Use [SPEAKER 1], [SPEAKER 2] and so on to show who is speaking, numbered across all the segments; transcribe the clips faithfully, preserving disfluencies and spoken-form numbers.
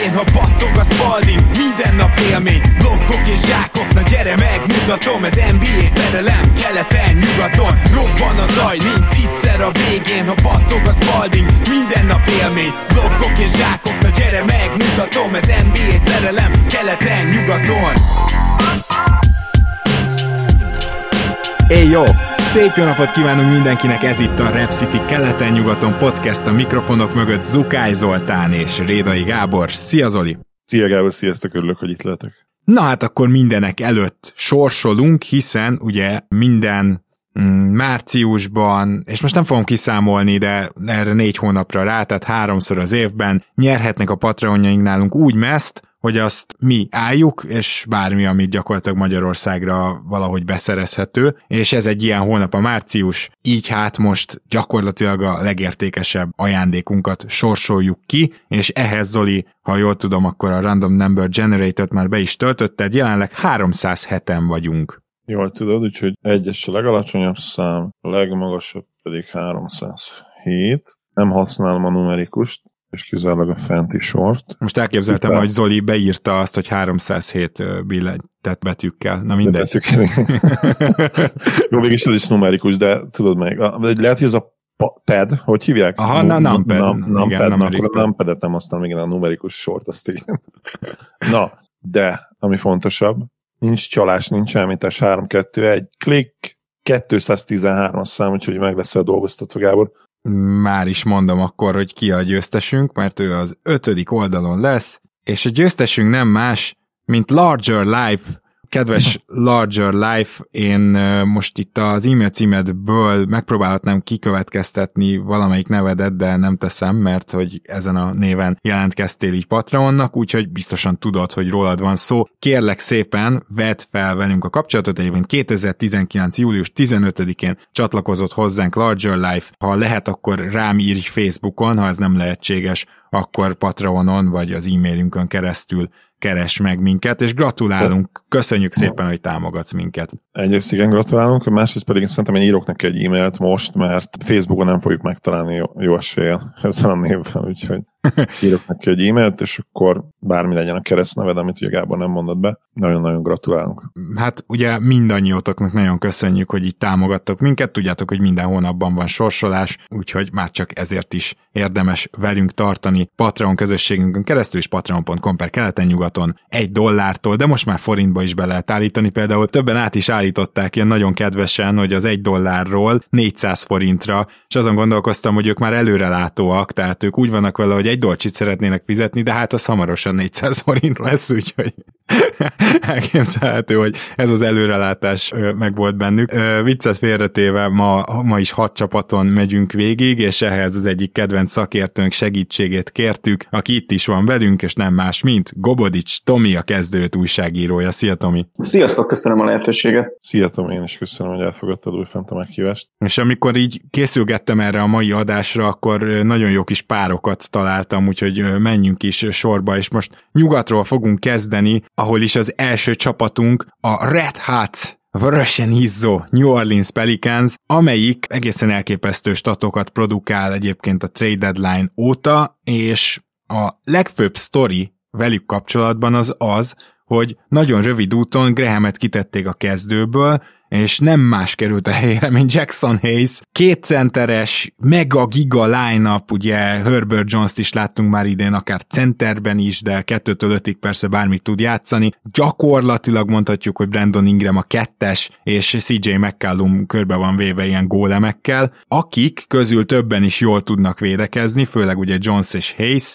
[SPEAKER 1] végén, ha battog a Spalding, minden nap élmény, blokkok és zsákok, na gyere megmutatom, ez en bé á szerelem, keleten, nyugaton, robban a zaj, nincs egyszer a végén, ha battog a Spalding, minden nap élmény, blokkok és zsákok, na gyere megmutatom, ez en bé á szerelem, keleten, nyugaton.
[SPEAKER 2] Éj jó! Szép jó napot kívánunk mindenkinek, ez itt a Rap City keleten-nyugaton podcast, a mikrofonok mögött Zukály Zoltán és Rédai Gábor. Szia Zoli!
[SPEAKER 3] Szia Gábor, sziasztok, örülök, hogy itt lehetek.
[SPEAKER 2] Na hát akkor mindenek előtt sorsolunk, hiszen ugye minden mm, márciusban, és most nem fogom kiszámolni, de erre négy hónapra rá, tehát háromszor az évben nyerhetnek a Patreonjaink nálunk úgy meszt, hogy azt mi álljuk, és bármi, amit gyakorlatilag Magyarországra valahogy beszerezhető, és ez egy ilyen hónap a március, így hát most gyakorlatilag a legértékesebb ajándékunkat sorsoljuk ki, és ehhez Zoli, ha jól tudom, akkor a Random Number Generator-t már be is töltötted, jelenleg háromszázheten vagyunk.
[SPEAKER 3] Jól tudod, úgyhogy egyes a legalacsonyabb szám, a legmagasabb pedig háromszázhét. Nem használom a numerikust, és kizárólag a fenti sort.
[SPEAKER 2] Most elképzeltem, Után... hogy Zoli beírta azt, hogy háromszázhét billentyűzet betűkkel. Na mindegy.
[SPEAKER 3] Jó, mégis ez is numerikus, de tudod meg. Lehet, hogy ez a pad, hogy hívják?
[SPEAKER 2] Aha, na, numpad.
[SPEAKER 3] Numpad, akkor a numpadet nem aztán még a numerikus sort, azt igen. Na, de, ami fontosabb, nincs csalás, nincs elmítás, három kettő egy, klik, kétszáztizenhárom szám, úgyhogy meg lesz a dolgoztatva, Gábor.
[SPEAKER 2] Már is mondom akkor, hogy ki a győztesünk, mert ő az ötödik oldalon lesz, és a győztesünk nem más, mint Larger Life. Kedves Larger Life, én most itt az e-mail címedből megpróbálhatnám kikövetkeztetni valamelyik nevedet, de nem teszem, mert hogy ezen a néven jelentkeztél így Patreonnak, úgyhogy biztosan tudod, hogy rólad van szó. Kérlek szépen, vedd fel velünk a kapcsolatot, egyébként kétezer-tizenkilenc. július tizenötödikén csatlakozott hozzánk Larger Life. Ha lehet, akkor rám írj Facebookon, ha ez nem lehetséges, akkor Patreonon vagy az e-mailünkön keresztül keres meg minket, és gratulálunk, köszönjük szépen, hogy támogatsz minket.
[SPEAKER 3] Egyrészt igen, gratulálunk, másrészt pedig szerintem én írok neki egy e-mailt most, mert Facebookon nem fogjuk megtalálni jó, jó eséllyel ezzel a névvel, úgyhogy írok neki egy e-mailt, és akkor bármi legyen a keresztneved, amit ugye Gábor nem mondott be. Nagyon-nagyon gratulálunk.
[SPEAKER 2] Hát ugye mindannyiótoknak nagyon köszönjük, hogy így támogattok minket, tudjátok, hogy minden hónapban van sorsolás, úgyhogy már csak ezért is érdemes velünk tartani Patreon közösségünkön keresztül, és patreon pont com per keleten-nyugaton egy dollártól, de most már forintba is be lehet állítani, például többen át is állították ilyen nagyon kedvesen, hogy az egy dollárról négyszáz forintra, és azon gondolkoztam, hogy ők már előrelátóak, tehát ők úgy vannak vele, hogy egy dolcsit szeretnének fizetni, de hát az hamarosan négyszáz forint lesz, úgyhogy elképzelhető, hogy ez az előrelátás meg volt bennük. Viccet félretéve, ma, ma is hat csapaton megyünk végig, és ehhez az egyik kedvenc szakértőnk segítségét kértük, aki itt is van velünk, és nem más, mint Gobodics Tomi, a Kezdőt újságírója. Szia, Tomi!
[SPEAKER 4] Sziasztok, köszönöm a lehetőséget!
[SPEAKER 3] Szia, Tomi, én is köszönöm, hogy elfogadtad újfent a meghívást.
[SPEAKER 2] És amikor így készülgettem erre a mai adásra, akkor nagyon jó kis párokat találtam, úgyhogy menjünk is sorba, és most nyugatról fogunk kezdeni, ahol is az első csapatunk a Red Hot vörösen izzó New Orleans Pelicans, amelyik egészen elképesztő statokat produkál egyébként a trade deadline óta, és a legfőbb sztori velük kapcsolatban az az, hogy nagyon rövid úton Grahamet kitették a kezdőből, és nem más került a helyre, mint Jackson Hayes, két centeres, mega giga line-up, ugye Herbert Jones-t is láttunk már idén, akár centerben is, de kettőtől ötig persze bármit tud játszani. Gyakorlatilag mondhatjuk, hogy Brandon Ingram a kettes, és cé jé McCallum körbe van véve ilyen gólemekkel, akik közül többen is jól tudnak védekezni, főleg ugye Jones és Hayes,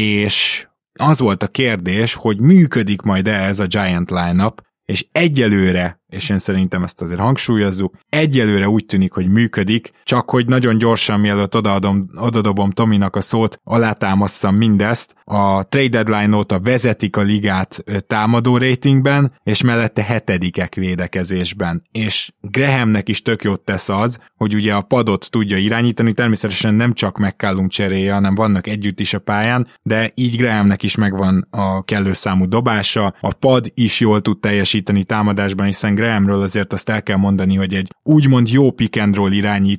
[SPEAKER 2] és az volt a kérdés, hogy működik majd-e ez a Giant line-up, és egyelőre, és én szerintem ezt azért hangsúlyozzuk, egyelőre úgy tűnik, hogy működik, csak hogy nagyon gyorsan, mielőtt odaadom, odadobom Tominak a szót, alátámasszam mindezt, a trade deadline óta vezetik a ligát támadó ratingben, és mellette hetedikek védekezésben. És Grahamnek is tök jót tesz az, hogy ugye a padot tudja irányítani, természetesen nem csak McCallum cseréje, hanem vannak együtt is a pályán, de így Grahamnek is megvan a kellő számú dobása, a pad is jól tud teljesíteni támadásban, hiszen Grahamről azért azt el kell mondani, hogy egy úgymond jó pick and roll irányító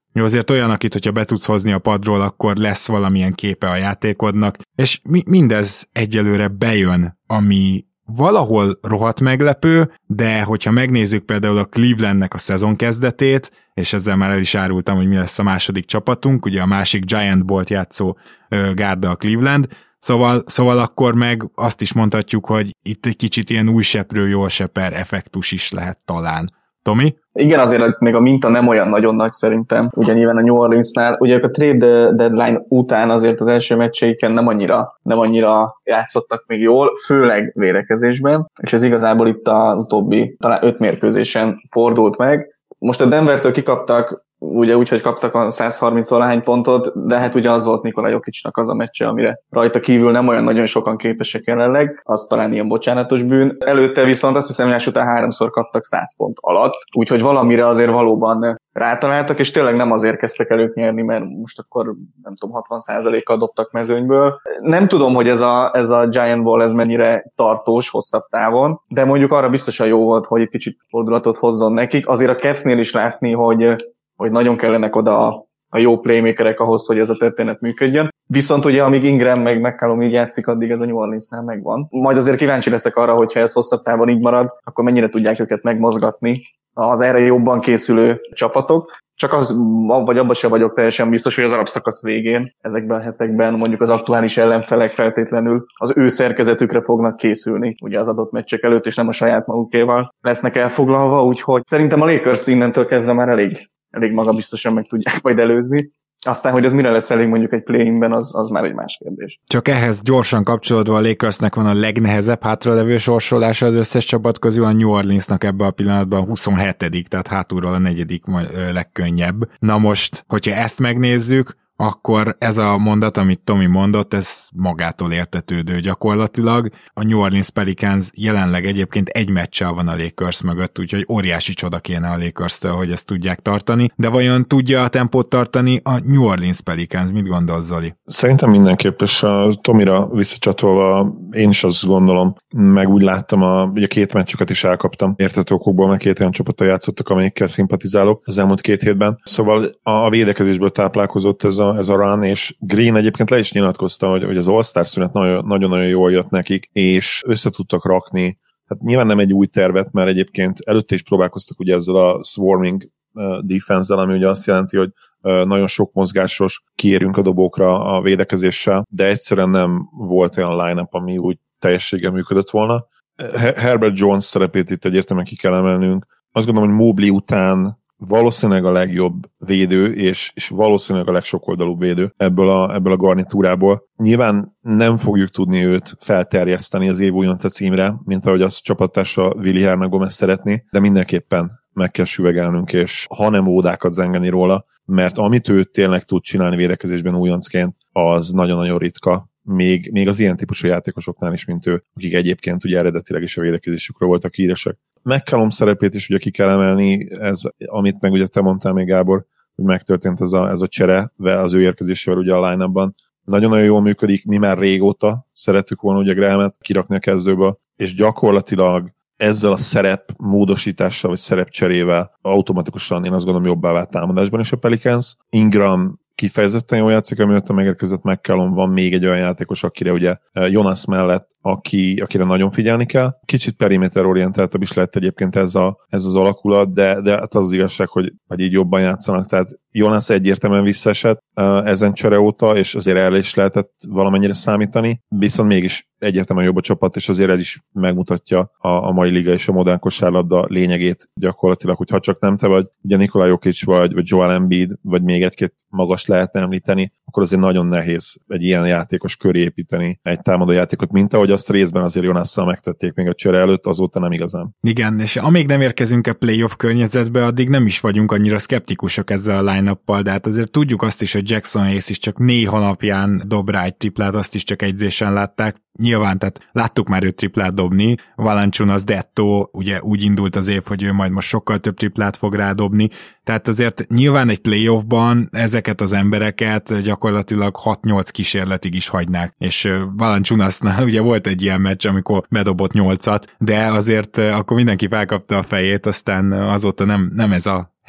[SPEAKER 2] Jó, azért olyan, akit, hogyha be tudsz hozni a padról, akkor lesz valamilyen képe a játékodnak, és mi- mindez egyelőre bejön, ami valahol rohadt meglepő, de hogyha megnézzük például a Clevelandnek a szezon kezdetét, és ezzel már el is árultam, hogy mi lesz a második csapatunk, ugye a másik Giant Bolt játszó ö, gárda a Cleveland, szóval, szóval akkor meg azt is mondhatjuk, hogy itt egy kicsit ilyen új seprő, jól seper effektus is lehet talán. Tomi?
[SPEAKER 4] Igen, azért még a minta nem olyan nagyon nagy szerintem, ugye nyilván a New Orleansnál, ugye a trade deadline után azért az első meccseiken nem annyira, nem annyira játszottak még jól, főleg védekezésben, és ez igazából itt a utóbbi talán öt mérkőzésen fordult meg. Most a Denvertől kikaptak, ugye úgy, hogy kaptak a száz harminc valahány pontot, de hát ugye az volt Nikola Jokicnak az a meccse, amire rajta kívül nem olyan nagyon sokan képesek jelenleg, az talán ilyen bocsánatos bűn. Előtte viszont azt hiszem, hogy után háromszor kaptak száz pont alatt, úgyhogy valamire azért valóban rátaláltak, és tényleg nem azért kezdtek előtt nyerni, mert most akkor nem tudom, hatvan százalékkal dobtak mezőnyből. Nem tudom, hogy ez a, ez a Giant Ball ez mennyire tartós, hosszabb távon, de mondjuk arra biztosan jó volt, hogy egy kicsit fordulatot hozzon nekik. Azért a Cavsnél is látni, hogy hogy nagyon kellenek oda a, a jó playmakerek ahhoz, hogy ez a történet működjön. Viszont ugye amíg Ingram meg McCallum így játszik, addig ez a New Orleansnál megvan. Majd azért kíváncsi leszek arra, hogyha ez hosszabb távon így marad, akkor mennyire tudják őket megmozgatni az erre jobban készülő csapatok. Csak az, vagy abban sem vagyok teljesen biztos, hogy az alapszakasz végén, ezekben a hetekben mondjuk az aktuális ellenfelek feltétlenül az ő szerkezetükre fognak készülni, ugye az adott meccsek előtt, és nem a saját magukéval lesznek elfoglalva, úgyhogy szerintem a Lakers innentől kezdve már elég elég magabiztosan meg tudják majd előzni. Aztán, hogy ez mire lesz elég mondjuk egy play-inben, az, az már egy más kérdés.
[SPEAKER 2] Csak ehhez gyorsan kapcsolódva a Lakersnek van a legnehezebb hátralevő sorsolása az összes csapat közül, a New Orleansnak ebben a pillanatban huszonhetedik, tehát hátulról a negyedik legkönnyebb. Na most, hogyha ezt megnézzük, akkor ez a mondat, amit Tomi mondott, ez magától értetődő gyakorlatilag. A New Orleans Pelicans jelenleg egyébként egy meccsel van a Lakers mögött, úgyhogy óriási csoda kéne a Lakers-től, hogy ezt tudják tartani. De vajon tudja a tempót tartani a New Orleans Pelicans? Mit gondolsz, Zoli?
[SPEAKER 3] Szerintem mindenképp, és a Tomira visszacsatolva én is azt gondolom, meg úgy láttam, a, ugye két meccsüket is elkaptam, értető okokból, meg két olyan csapattal játszottak, amelyikkel szimpatizálok az elmúlt két hétben. Szóval a védekezésből táplálkozott ez a ez a run, és Green egyébként le is nyilatkozta, hogy, hogy az All-Star szünet nagyon-nagyon jól jött nekik, és össze tudtak rakni. Hát nyilván nem egy új tervet, mert egyébként előtte is próbálkoztak ugye ezzel a swarming defense-zel, ami ugye azt jelenti, hogy nagyon sok mozgásos kiérünk a dobókra a védekezéssel, de egyszerűen nem volt olyan line-up, ami úgy teljességgel működött volna. Herbert Jones szerepét itt egyértelműen ki kell emelnünk. Azt gondolom, hogy Mobley után valószínűleg a legjobb védő, és, és valószínűleg a legsokoldalúbb védő ebből a, ebből a garnitúrából. Nyilván nem fogjuk tudni őt felterjeszteni az év újonca címre, mint ahogy azt csapattársa Willy Hernangomez szeretné, de mindenképpen meg kell süvegelnünk, és ha nem ódákat zengeni róla, mert amit ő tényleg tud csinálni védekezésben újoncként, az nagyon-nagyon ritka. Még, még az ilyen típusú játékosoknál is, mint ő, akik egyébként ugye eredetileg is a védekezésükről voltak híresek. McCallum szerepét is ugye ki kell emelni, ez, amit meg ugye te mondtál még, Gábor, hogy megtörtént ez a, ez a csere az ő érkezésével ugye a line-upban. Nagyon-nagyon jól működik, mi már régóta szerettük volna ugye Grahamet kirakni a kezdőből, és gyakorlatilag ezzel a szerep módosítással, vagy szerepcserével automatikusan én azt gondolom jobbá vált támadásban is a Pelicans. Ingram kifejezetten jól játszik, amiatt a megérkezett McCallum, van még egy olyan játékos, akire ugye Jonas mellett, aki, akire nagyon figyelni kell. Kicsit periméterorientáltabb is lett egyébként ez, a, ez az alakulat, de, de hát az, az igazság, hogy, hogy így jobban játszanak. Tehát Jonas egyértelműen visszaesett ezen csere óta, és azért el is lehetett valamennyire számítani, viszont mégis egyértelműen jobb a csapat, és azért ez is megmutatja a, a mai liga és a modern kosárlabda lényegét gyakorlatilag, hogy ha csak nem te vagy, ugye Nikola Jokic vagy, vagy Joel Embiid, vagy még egy-két magas lehetne említeni, akkor azért nagyon nehéz egy ilyen játékos köré építeni egy támadó játékot, mint ahogy azt részben azért Jonasszal megtették még a csere előtt, azóta nem igazán.
[SPEAKER 2] Igen, és amíg nem érkezünk a playoff környezetbe, addig nem is vagyunk annyira szkeptikusak ezzel a line-uppal, de hát azért tudjuk azt is, hogy Jackson Hayes is csak néha napján dob rá egy triplát, azt is csak egyzésen látták. Nyilván, tehát láttuk már őt triplát dobni, Valanciunas Detto ugye úgy indult az év, hogy ő majd most sokkal több triplát fog rádobni, tehát azért nyilván egy playoffban ezeket az embereket gyakorlatilag hat-nyolc kísérletig is hagynák, és Valanciunasnál ugye volt egy ilyen meccs, amikor bedobott nyolcat, de azért akkor mindenki felkapta a fejét, aztán azóta nem, nem ez a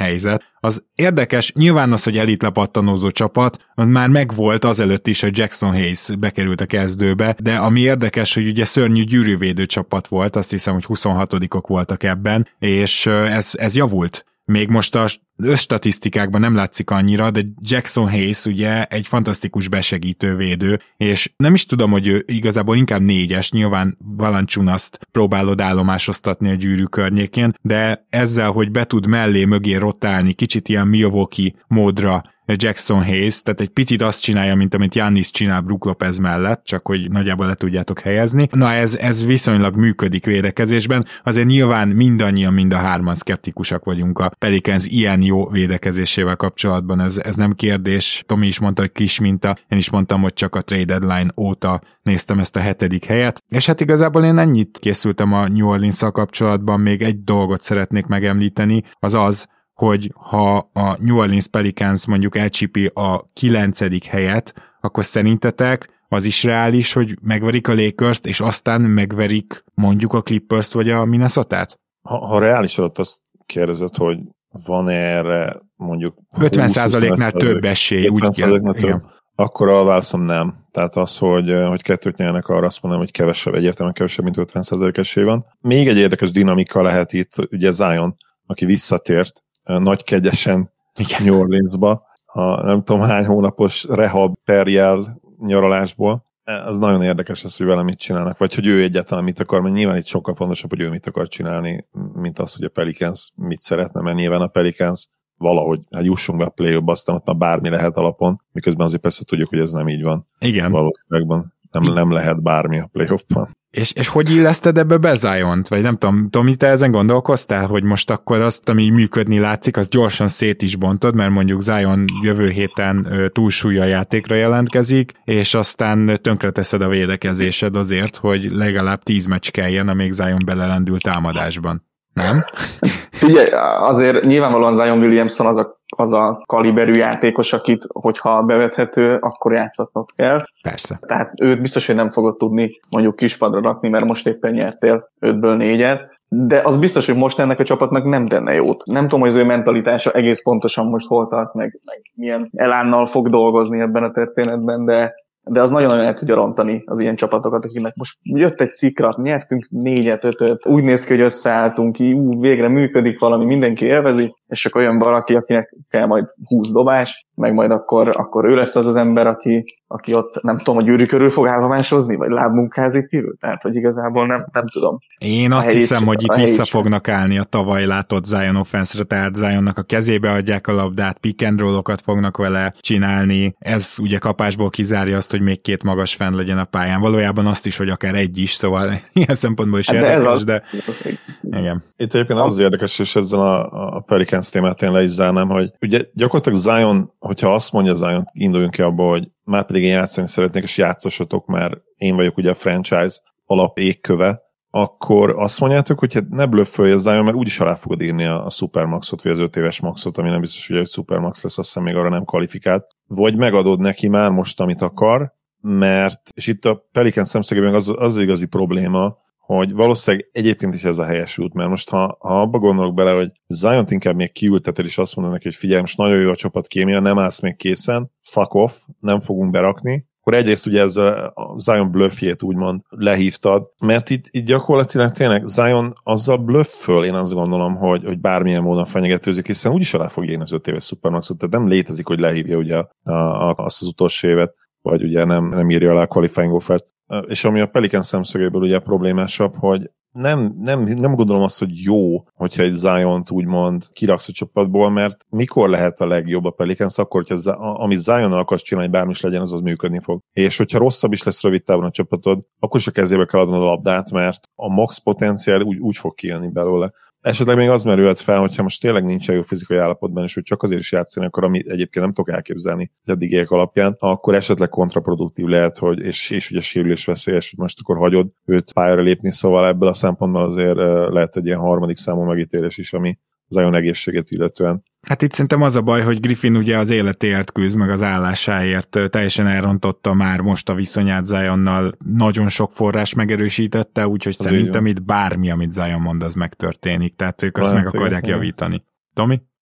[SPEAKER 2] helyzet. Az érdekes, nyilván az, hogy elit lepattanózó csapat, az már megvolt azelőtt is, hogy Jackson Hayes bekerült a kezdőbe, de ami érdekes, hogy ugye szörnyű gyűrűvédő csapat volt, azt hiszem, hogy huszonhatodikok voltak ebben, és ez, ez javult. Még most a összstatisztikákban nem látszik annyira, de Jackson Hayes ugye egy fantasztikus besegítő védő, és nem is tudom, hogy ő igazából inkább négyes, nyilván Valanciunast próbálod állomásoztatni a gyűrű környékén, de ezzel, hogy be tud mellé mögé rotálni, kicsit ilyen Milwaukee módra Jackson Hayes, tehát egy picit azt csinálja, mint amit Giannis csinál Brook Lopez mellett, csak hogy nagyjából le tudjátok helyezni. Na ez, ez viszonylag működik védekezésben, azért nyilván mindannyian, mind a hárman szkeptikusak vagyunk a Pelicans ilyen jó védekezésével kapcsolatban, ez, ez nem kérdés. Tomi is mondta, hogy kis minta, én is mondtam, hogy csak a trade deadline óta néztem ezt a hetedik helyet, és hát igazából én ennyit készültem a New Orleans-szal kapcsolatban, még egy dolgot szeretnék megemlíteni, az az, hogy ha a New Orleans Pelicans mondjuk elcsípi a kilencedik helyet, akkor szerintetek az is reális, hogy megverik a Lakers-t, és aztán megverik mondjuk a Clippers-t vagy a Minnesotát?
[SPEAKER 3] Ha, ha reális alatt azt kérdezed, hogy van erre mondjuk
[SPEAKER 2] ötven százaléknál több esély, úgy kell.
[SPEAKER 3] Akkor a válaszom nem. Tehát az, hogy, hogy kettőt nyernek, arra azt mondom, hogy kevesebb, egyértelműen kevesebb, mint ötven százalék esély van. Még egy érdekes dinamika lehet itt, ugye Zion, aki visszatért, nagy kegyesen Igen. New Orleansba, a nem tudom hány hónapos rehab perjel nyaralásból. Az nagyon érdekes az, hogy vele mit csinálnak, vagy hogy ő egyáltalán mit akar, mert nyilván itt sokkal fontosabb, hogy ő mit akar csinálni, mint az, hogy a Pelicans mit szeretne, mert nyilván a Pelicans valahogy hát jussunk be a play-offba, aztán ott már bármi lehet alapon, miközben azért persze tudjuk, hogy ez nem így van.
[SPEAKER 2] Igen.
[SPEAKER 3] Valószínűlegben nem, nem lehet bármi a play-offban.
[SPEAKER 2] És, és hogy illeszted ebbe be Ziont? Vagy nem tudom, Tomi, te ezen gondolkoztál, hogy most akkor azt, ami működni látszik, az gyorsan szét is bontod, mert mondjuk Zion jövő héten túlsúlya játékra jelentkezik, és aztán tönkreteszed a védekezésed azért, hogy legalább tíz meccs kelljen, amíg Zion belelendül támadásban. Nem?
[SPEAKER 4] Figyelj, azért nyilvánvalóan Zion Williamson az a, az a kaliberű játékos, akit, hogyha bevethető, akkor játszatnod kell.
[SPEAKER 2] Persze.
[SPEAKER 4] Tehát őt biztos, hogy nem fogod tudni mondjuk kispadra rakni, mert most éppen nyertél ötből négyet, de az biztos, hogy most ennek a csapatnak nem tenne jót. Nem tudom, hogy az ő mentalitása egész pontosan most hol tart, meg, meg milyen elánnal fog dolgozni ebben a történetben, de de az nagyon-nagyon el tudja rontani az ilyen csapatokat, akiknek most jött egy szikrat, nyertünk négyet, ötöt, úgy néz ki, hogy összeálltunk ki, ú, végre működik valami, mindenki élvezi, és akkor olyan valaki, akinek kell majd húsz dobás, meg majd akkor, akkor ő lesz az az ember, aki, aki ott nem tudom, a gyűrű körül fog állomásozni, vagy lábmunkázik kívül, tehát hogy igazából nem, nem tudom.
[SPEAKER 2] Én azt hiszem, sem, hogy itt vissza fognak állni a tavaly látott Zion offense-re, tehát Zionnak a kezébe adják a labdát, pick and roll-okat fognak vele csinálni, ez ugye kapásból kizárja azt, hogy még két magas fenn legyen a pályán, valójában azt is, hogy akár egy is, szóval ilyen szempontból is
[SPEAKER 4] hát
[SPEAKER 2] érdekes,
[SPEAKER 4] de, az,
[SPEAKER 2] de igen.
[SPEAKER 3] Itt egyébként az érdekes, és ezzel a, a Pelicans témát én le is zárnám, hogy ugye gyakorlatilag Zion, hogyha azt mondja Zion, induljunk ki abba, hogy már pedig én játszani szeretnék, és játszossatok, mert én vagyok ugye a franchise alap égköve, akkor azt mondjátok, hogy hát ne blöffölj Zion, mert úgyis alá fogod írni a, a Supermaxot, vagy az öt éves maxot, ami nem biztos, hogy egy Supermax lesz, azt hiszem még arra nem kvalifikált. Vagy megadod neki már most, amit akar, mert, és itt a Pelicans szemszögében az, az igazi probléma, hogy valószínűleg egyébként is ez a helyes út, mert most ha, ha abba gondolok bele, hogy Ziont inkább még kiülteted, és azt mondod neki, hogy figyelj, most nagyon jó a csapat kémia, nem állsz még készen, fuck off, nem fogunk berakni, akkor egyrészt ugye ez a Zion bluffjét úgymond lehívtad, mert itt, itt gyakorlatilag tényleg Zion azzal blöfföl, én azt gondolom, hogy, hogy bármilyen módon fenyegetőzik, hiszen úgyis alá fog írni az öt éves Supermaxot, tehát nem létezik, hogy lehívja ugye a, a, azt az utolsó évet, vagy ugye nem, nem írja alá a qualifying offert. És ami a Pelicans szemszögéből ugye problémásabb, hogy nem, nem, nem gondolom azt, hogy jó, hogyha egy Ziont úgymond kiraksz a csapatból, mert mikor lehet a legjobb a Pelicans, akkor, hogyha amit Zionnal akarsz csinálni, bármi is legyen, az az működni fog. És hogyha rosszabb is lesz rövid távon a csapatod, akkor is a kezébe kell adnod a labdát, mert a max potenciál úgy, úgy fog kijönni belőle. Esetleg még az merülhet fel, hogyha most tényleg nincsen jó fizikai állapotban, és hogy csak azért is játszani, akkor ami egyébként nem tudok elképzelni az eddigiek alapján, akkor esetleg kontraproduktív lehet, hogy, és, és ugye sérülés veszélyes, hogy most akkor hagyod őt pályára lépni, szóval ebből a szempontból azért lehet egy ilyen harmadik számú megítélés is, ami Zion egészségét illetően.
[SPEAKER 2] Hát itt szerintem az a baj, hogy Griffin ugye az életéért küzd, meg az állásáért teljesen elrontotta már most a viszonyát Zionnal, nagyon sok forrás megerősítette, úgyhogy az szerintem itt bármi, amit Zion mond, az megtörténik, tehát ők azt meg akarják javítani. Tomi?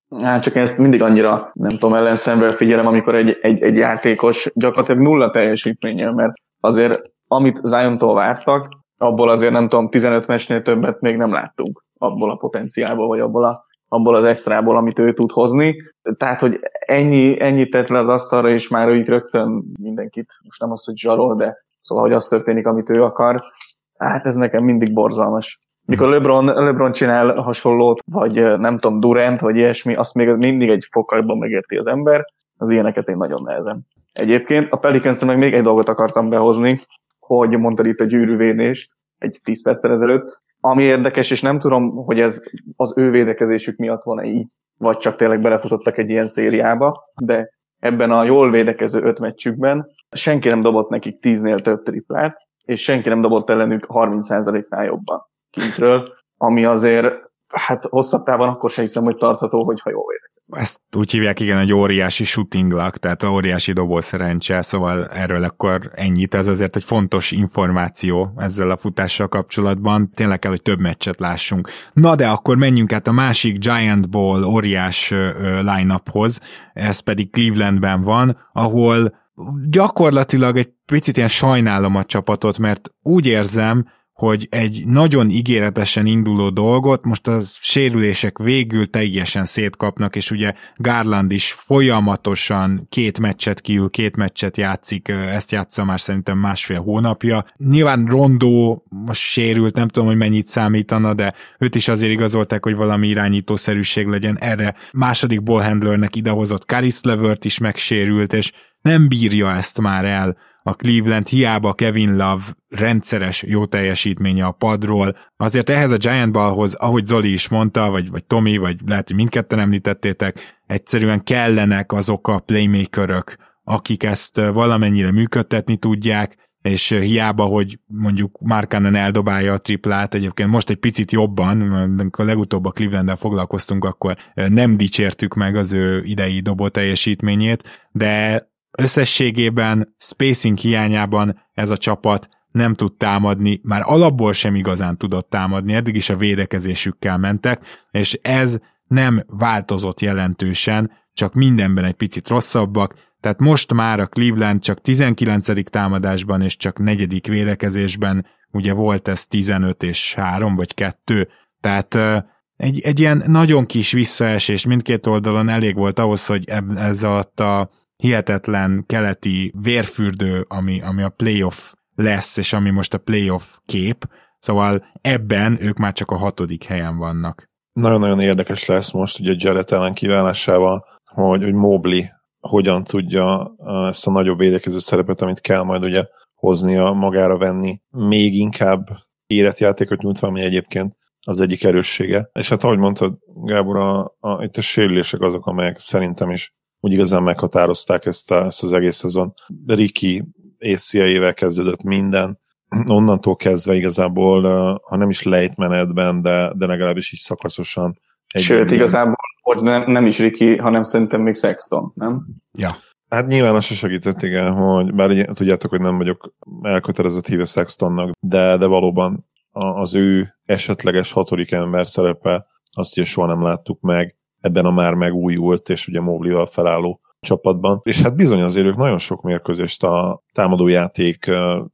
[SPEAKER 4] Hát csak ezt mindig annyira, nem tudom, ellenszemvel figyelem, amikor egy, egy, egy játékos gyakorlatilag nulla teljesítménnyel, mert azért amit Ziontól vártak, abból azért nem tudom, tizenöt meccsnél többet még nem láttunk abból a potenciálból, vagy abból, a, abból az extrából, amit ő tud hozni. Tehát, hogy ennyi, ennyit tett le az asztalra, és már ő itt rögtön mindenkit, most nem az, hogy zsarol, de szóval, hogy az történik, amit ő akar, hát ez nekem mindig borzalmas. Mikor LeBron, LeBron csinál hasonlót, vagy nem tudom, Durant, vagy ilyesmi, azt még mindig egy fokkal jobban megérti az ember, az ilyeneket én nagyon nehezen. Egyébként a Pelicans-re meg még egy dolgot akartam behozni, hogy mondtad itt a gyűrűvédést egy tíz perccel ezelőtt, ami érdekes, és nem tudom, hogy ez az ő védekezésük miatt van-e így, vagy csak tényleg belefutottak egy ilyen szériába, de ebben a jól védekező öt meccsükben senki nem dobott nekik tíznél több triplát, és senki nem dobott ellenük harminc százaléknál jobban kintről, ami azért, hát hosszabb távon akkor sem hiszem, hogy tartható, hogyha jól védekezik.
[SPEAKER 2] Ezt úgy hívják, igen, egy óriási shooting luck, tehát óriási dobószerencse, szóval erről akkor ennyit, ez azért egy fontos információ ezzel a futással kapcsolatban, tényleg kell, hogy több meccset lássunk. Na de akkor menjünk át a másik Giant Ball óriás line-uphoz, ez pedig Clevelandben van, ahol gyakorlatilag egy picit ilyen sajnálom a csapatot, mert úgy érzem, hogy egy nagyon ígéretesen induló dolgot most a sérülések végül teljesen szétkapnak, és ugye Garland is folyamatosan két meccset kiül, két meccset játszik, ezt játsza már szerintem másfél hónapja. Nyilván Rondo most sérült, nem tudom, hogy mennyit számítana, de őt is azért igazolták, hogy valami irányítószerűség legyen. Erre második ballhandlernek idehozott Caris LeVert is megsérült, és nem bírja ezt már el a Cleveland, hiába Kevin Love rendszeres jó teljesítménye a padról. Azért ehhez a Giant Ballhoz, ahogy Zoli is mondta, vagy, vagy Tomi, vagy lehet, hogy mindketten említettétek, egyszerűen kellenek azok a playmakerök, akik ezt valamennyire működtetni tudják, és hiába, hogy mondjuk Markkanen eldobálja a triplát, egyébként most egy picit jobban, amikor legutóbb a Clevelanddel foglalkoztunk, akkor nem dicsértük meg az ő idei dobó teljesítményét, de összességében, spacing hiányában ez a csapat nem tud támadni, már alapból sem igazán tudott támadni, eddig is a védekezésükkel mentek, és ez nem változott jelentősen, csak mindenben egy picit rosszabbak, tehát most már a Cleveland csak tizenkilencedik támadásban és csak negyedik védekezésben, ugye volt ez tizenöt és három vagy kettő, tehát egy, egy ilyen nagyon kis visszaesés mindkét oldalon elég volt ahhoz, hogy ez alatt a hihetetlen keleti vérfürdő, ami, ami a playoff lesz, és ami most a playoff kép, szóval ebben ők már csak a hatodik helyen vannak.
[SPEAKER 3] Nagyon-nagyon érdekes lesz most ugye Jarrett Allen kiválásával, hogy, hogy Mobley hogyan tudja ezt a nagyobb védekező szerepet, amit kell majd ugye hoznia, magára venni, még inkább érett játékot nyújtva, ami egyébként az egyik erőssége. És hát ahogy mondtad, Gábor, a, a, itt a sérülések azok, amelyek szerintem is úgy igazán meghatározták ezt, a, ezt az egész szezon. Ricky á cé el-ével kezdődött minden, onnantól kezdve igazából, ha nem is lejtmenetben, de, de legalábbis így szakaszosan.
[SPEAKER 4] Sőt, igazából hogy nem, nem is Ricky, hanem szerintem még Sexton, nem?
[SPEAKER 2] Ja.
[SPEAKER 3] Hát nyilván az se segített, igen, hogy bár tudjátok, hogy nem vagyok elkötelezett híve Sextonnak, de, de valóban az ő esetleges hatodik ember szerepe, azt ugye soha nem láttuk meg ebben a már megújult, és ugye Mobley-val felálló csapatban. És hát bizony azért ők nagyon sok mérkőzést a támadójáték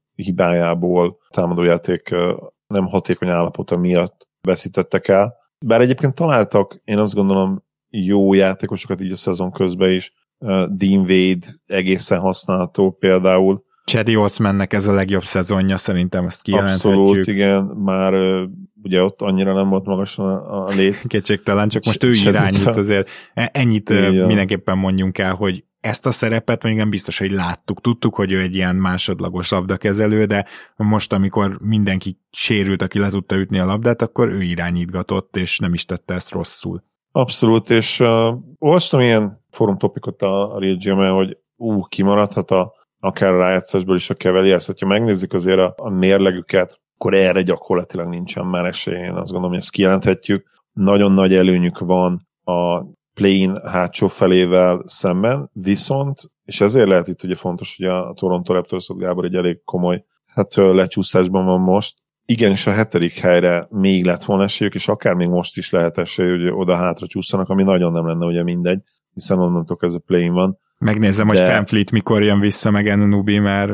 [SPEAKER 3] hibájából, támadójáték nem hatékony állapota miatt veszítettek el. Bár egyébként találtak, én azt gondolom, jó játékosokat így a szezon közben is. Dean Wade egészen használható például.
[SPEAKER 2] Cedi Osmannek ez a legjobb szezonja, szerintem ezt kijelenthetjük.
[SPEAKER 3] Abszolút, igen, már ugye ott annyira nem volt magas a, a lét.
[SPEAKER 2] Kétségtelen, csak most ő irányít azért. Ennyit igen. Mindenképpen mondjunk el, hogy ezt a szerepet még nem biztos, hogy láttuk. Tudtuk, hogy ő egy ilyen másodlagos labdakezelő, de most, amikor mindenki sérült, aki le tudta ütni a labdát, akkor ő irányítgatott, és nem is tette ezt rosszul.
[SPEAKER 3] Abszolút, és uh, olvastam ilyen forum topikot a, a Real gé em-en, hogy ú, kimaradhat a, akár a rájátszásból is a Cavaliers, hogyha megnézzük azért a, a mérlegüket, akkor erre gyakorlatilag nincsen már esély, én azt gondolom, hogy ezt kijelenthetjük. Nagyon nagy előnyük van a play-in hátsó felével szemben, viszont, és ezért lehet itt ugye fontos, hogy a Toronto Raptors, Gábor egy elég komoly hát lecsúszásban van most, igenis a hetedik helyre még lett volna esélyük, és akár még most is lehet esély, hogy oda-hátra csúszanak, ami nagyon nem lenne ugye mindegy, hiszen onnantól ez a play-in van.
[SPEAKER 2] Megnézem, de... hogy Fanfleet mikor jön vissza, meg Anunoby, mert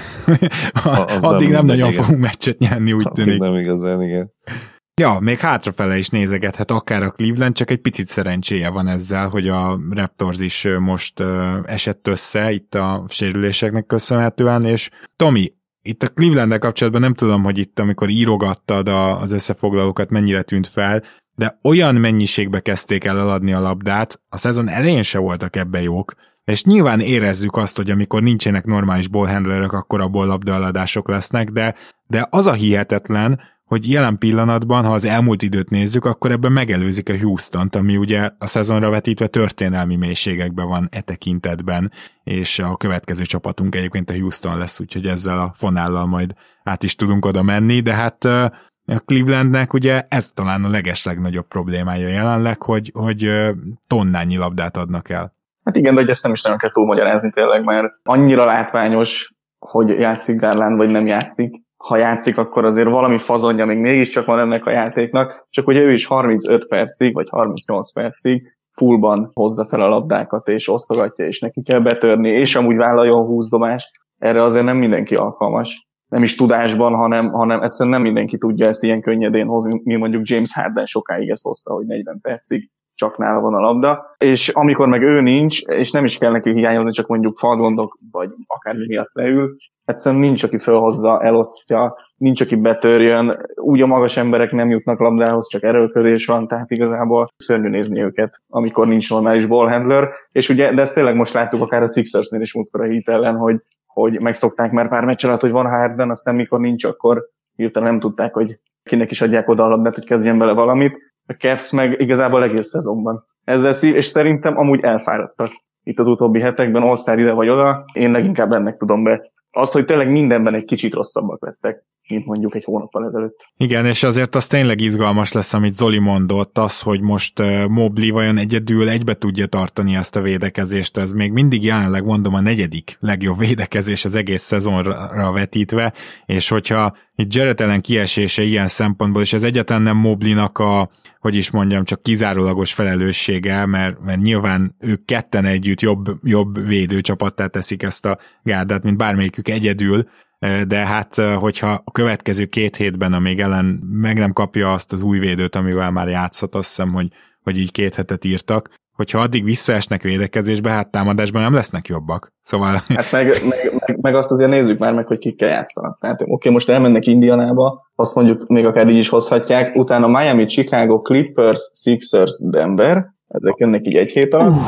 [SPEAKER 2] addig nem, nem nagyon igen. fogunk meccset nyerni, úgy
[SPEAKER 3] addig
[SPEAKER 2] tűnik.
[SPEAKER 3] nem igazán, igen.
[SPEAKER 2] Ja, még hátrafele is nézegethet akár a Cleveland, csak egy picit szerencséje van ezzel, hogy a Raptors is most uh, esett össze itt a sérüléseknek köszönhetően, és Tomi, itt a Cleveland-del kapcsolatban nem tudom, hogy itt, amikor írogattad a, az összefoglalókat, mennyire tűnt fel, de olyan mennyiségbe kezdték el eladni a labdát, a szezon elején se voltak ebbe jók, és nyilván érezzük azt, hogy amikor nincsenek normális ballhandlerek, akkor abból labdaeladások lesznek, de, de az a hihetetlen, hogy jelen pillanatban, ha az elmúlt időt nézzük, akkor ebben megelőzik a Houstont, ami ugye a szezonra vetítve történelmi mélységekben van e tekintetben, és a következő csapatunk egyébként a Houston lesz, úgyhogy ezzel a fonállal majd át is tudunk oda menni, de hát a Clevelandnek ugye ez talán a legeslegnagyobb problémája jelenleg, hogy, hogy tonnányi labdát adnak el.
[SPEAKER 4] Hát igen, de ezt nem is nagyon kell túlmagyarázni tényleg, mert annyira látványos, hogy játszik Garland, vagy nem játszik. Ha játszik, akkor azért valami fazonja még mégiscsak van ennek a játéknak, csak ugye ő is harmincöt percig, vagy harmincnyolc percig fullban hozza fel a labdákat, és osztogatja, és neki kell betörni, és amúgy vállaljon húsz dobást. Erre azért nem mindenki alkalmas. Nem is tudásban, hanem, hanem egyszerűen nem mindenki tudja ezt ilyen könnyedén hozni, mi mondjuk James Harden sokáig ezt hozta, hogy negyven percig csak nála van a labda, és amikor meg ő nincs, és nem is kell neki hiányozni, csak mondjuk falgondok, vagy akármi miatt leül, egyszerűen nincs, aki felhozza, elosztja, nincs, aki betörjön, úgy a magas emberek nem jutnak labdához, csak erőlködés van, tehát igazából szörnyű nézni őket, amikor nincs normális ballhandler, és ugye, de ezt tényleg most láttuk akár a Sixersnél is múltkor a Heat ellen, hogy, hogy megszokták már pár meccs alatt, hogy van Harden, aztán mikor nincs, akkor hirtelen nem tudták, hogy kinek is adják oda a labdát, hogy kezdjen bele valamit. A Cavs meg igazából egész szezonban. Ezzel szív, és szerintem amúgy elfáradtak itt az utóbbi hetekben, All-Star ide vagy oda, én leginkább ennek tudom be. Az, hogy tényleg mindenben egy kicsit rosszabbak lettek, mint mondjuk egy hónappal ezelőtt.
[SPEAKER 2] Igen, és azért az tényleg izgalmas lesz, amit Zoli mondott, az, hogy most uh, Mobley vajon egyedül egybe tudja tartani ezt a védekezést, ez még mindig jelenleg mondom a negyedik legjobb védekezés az egész szezonra vetítve, és hogyha itt Jarrett Allen kiesése ilyen szempontból, és ez egyáltalán nem Mobleynak a, hogy is mondjam, csak kizárólagos felelőssége, mert, mert nyilván ők ketten együtt jobb, jobb védőcsapattá teszik ezt a gárdát, mint bármelyikük egyedül, de hát, hogyha a következő két hétben, amíg ellen meg nem kapja azt az új védőt, amivel már játszott, azt hiszem, hogy, hogy így két hetet írtak, hogyha addig visszaesnek védekezésbe, hát támadásban nem lesznek jobbak. Szóval...
[SPEAKER 4] Hát meg, meg, meg, meg azt azért nézzük már meg, hogy kikkel játszanak. Tehát oké, okay, most elmennek Indianába, azt mondjuk még akár így is hozhatják, utána Miami, Chicago, Clippers, Sixers, Denver, ezek jönnek így egy hét alatt.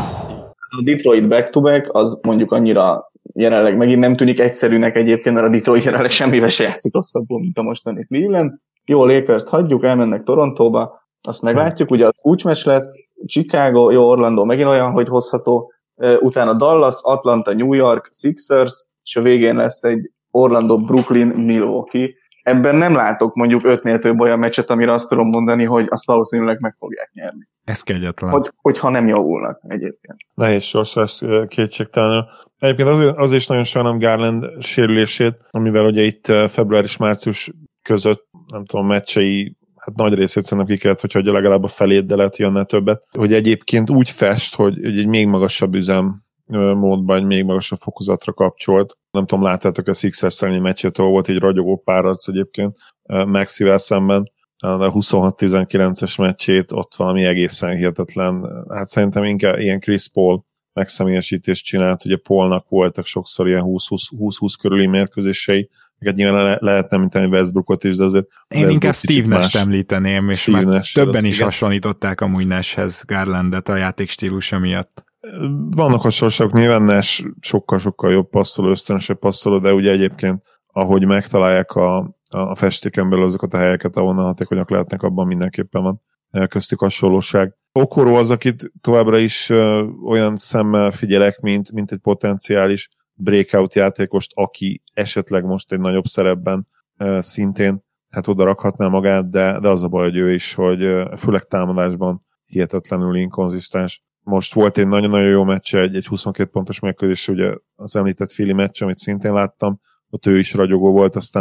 [SPEAKER 4] A Detroit back-to-back, az mondjuk annyira jelenleg megint nem tűnik egyszerűnek egyébként, mert a Detroit jelenleg semmivel se játszik rosszabbul, mint a mostani Cleveland. Jó, Lakers-t hagyjuk, elmennek Torontóba, azt meglátjuk, ugye az kulcsmeccs lesz, Chicago, jó, Orlando megint olyan, hogy hozható, utána Dallas, Atlanta, New York, Sixers, és a végén lesz egy Orlando, Brooklyn, Milwaukee. Ebben nem látok mondjuk ötnél több olyan meccset, amire azt tudom mondani, hogy azt valószínűleg meg fogják nyerni.
[SPEAKER 2] Ez kegyetlen.
[SPEAKER 4] Hogy, hogyha nem javulnak egyébként.
[SPEAKER 3] Nehéz sorsás kétségtelenül. Egyébként az, az is nagyon sajnálom Garland sérülését, amivel ugye itt február és március között, nem tudom, meccsei, hát nagy részét szerintem ki kellett, hogyha legalább a felét, de lehet, hogy annál többet, hogy egyébként úgy fest, hogy, hogy egy még magasabb üzem módban, egy még magasabb fokozatra kapcsolt. Nem tudom, láttátok a Sixers elleni meccsét, ahol volt egy ragyogó párharc egyébként Maxivel szemben, a huszonhat tizenkilences meccsét, ott valami egészen hihetetlen. Hát szerintem inkább ilyen Chris Paul megszemélyesítést csinált, ugye Paulnak voltak sokszor ilyen húsz-húsz körüli mérkőzései, meg nyilván le- lehetne említeni Westbrookot is, de azért
[SPEAKER 2] én inkább Steve Nash-t említeném, és
[SPEAKER 3] Steve
[SPEAKER 2] már
[SPEAKER 3] Nash,
[SPEAKER 2] többen
[SPEAKER 3] az,
[SPEAKER 2] is
[SPEAKER 3] igen.
[SPEAKER 2] hasonlították amúgy Nashhez Garlandet a játékstílusa miatt.
[SPEAKER 3] Vannak hasonlóságok, nyilván Nash sokkal-sokkal jobb passzoló, ösztönösebb passzoló, de ugye egyébként, ahogy megtalálják a, a festéken belül azokat a helyeket, ahonnan hatékonyak lehetnek, abban mindenképpen van köztük hasonlóság. Okoro az, akit továbbra is ö, olyan szemmel figyelek, mint, mint egy potenciális breakout játékost, aki esetleg most egy nagyobb szerepben ö, szintén hát oda rakhatná magát, de, de az a baj, hogy ő is, hogy ö, főleg támadásban hihetetlenül inkonzisztens. Most volt egy nagyon-nagyon jó meccse, egy, egy huszonkét pontos mérkőzés, ugye az említett Philly meccs, amit szintén láttam, ott ő is ragyogó volt, aztán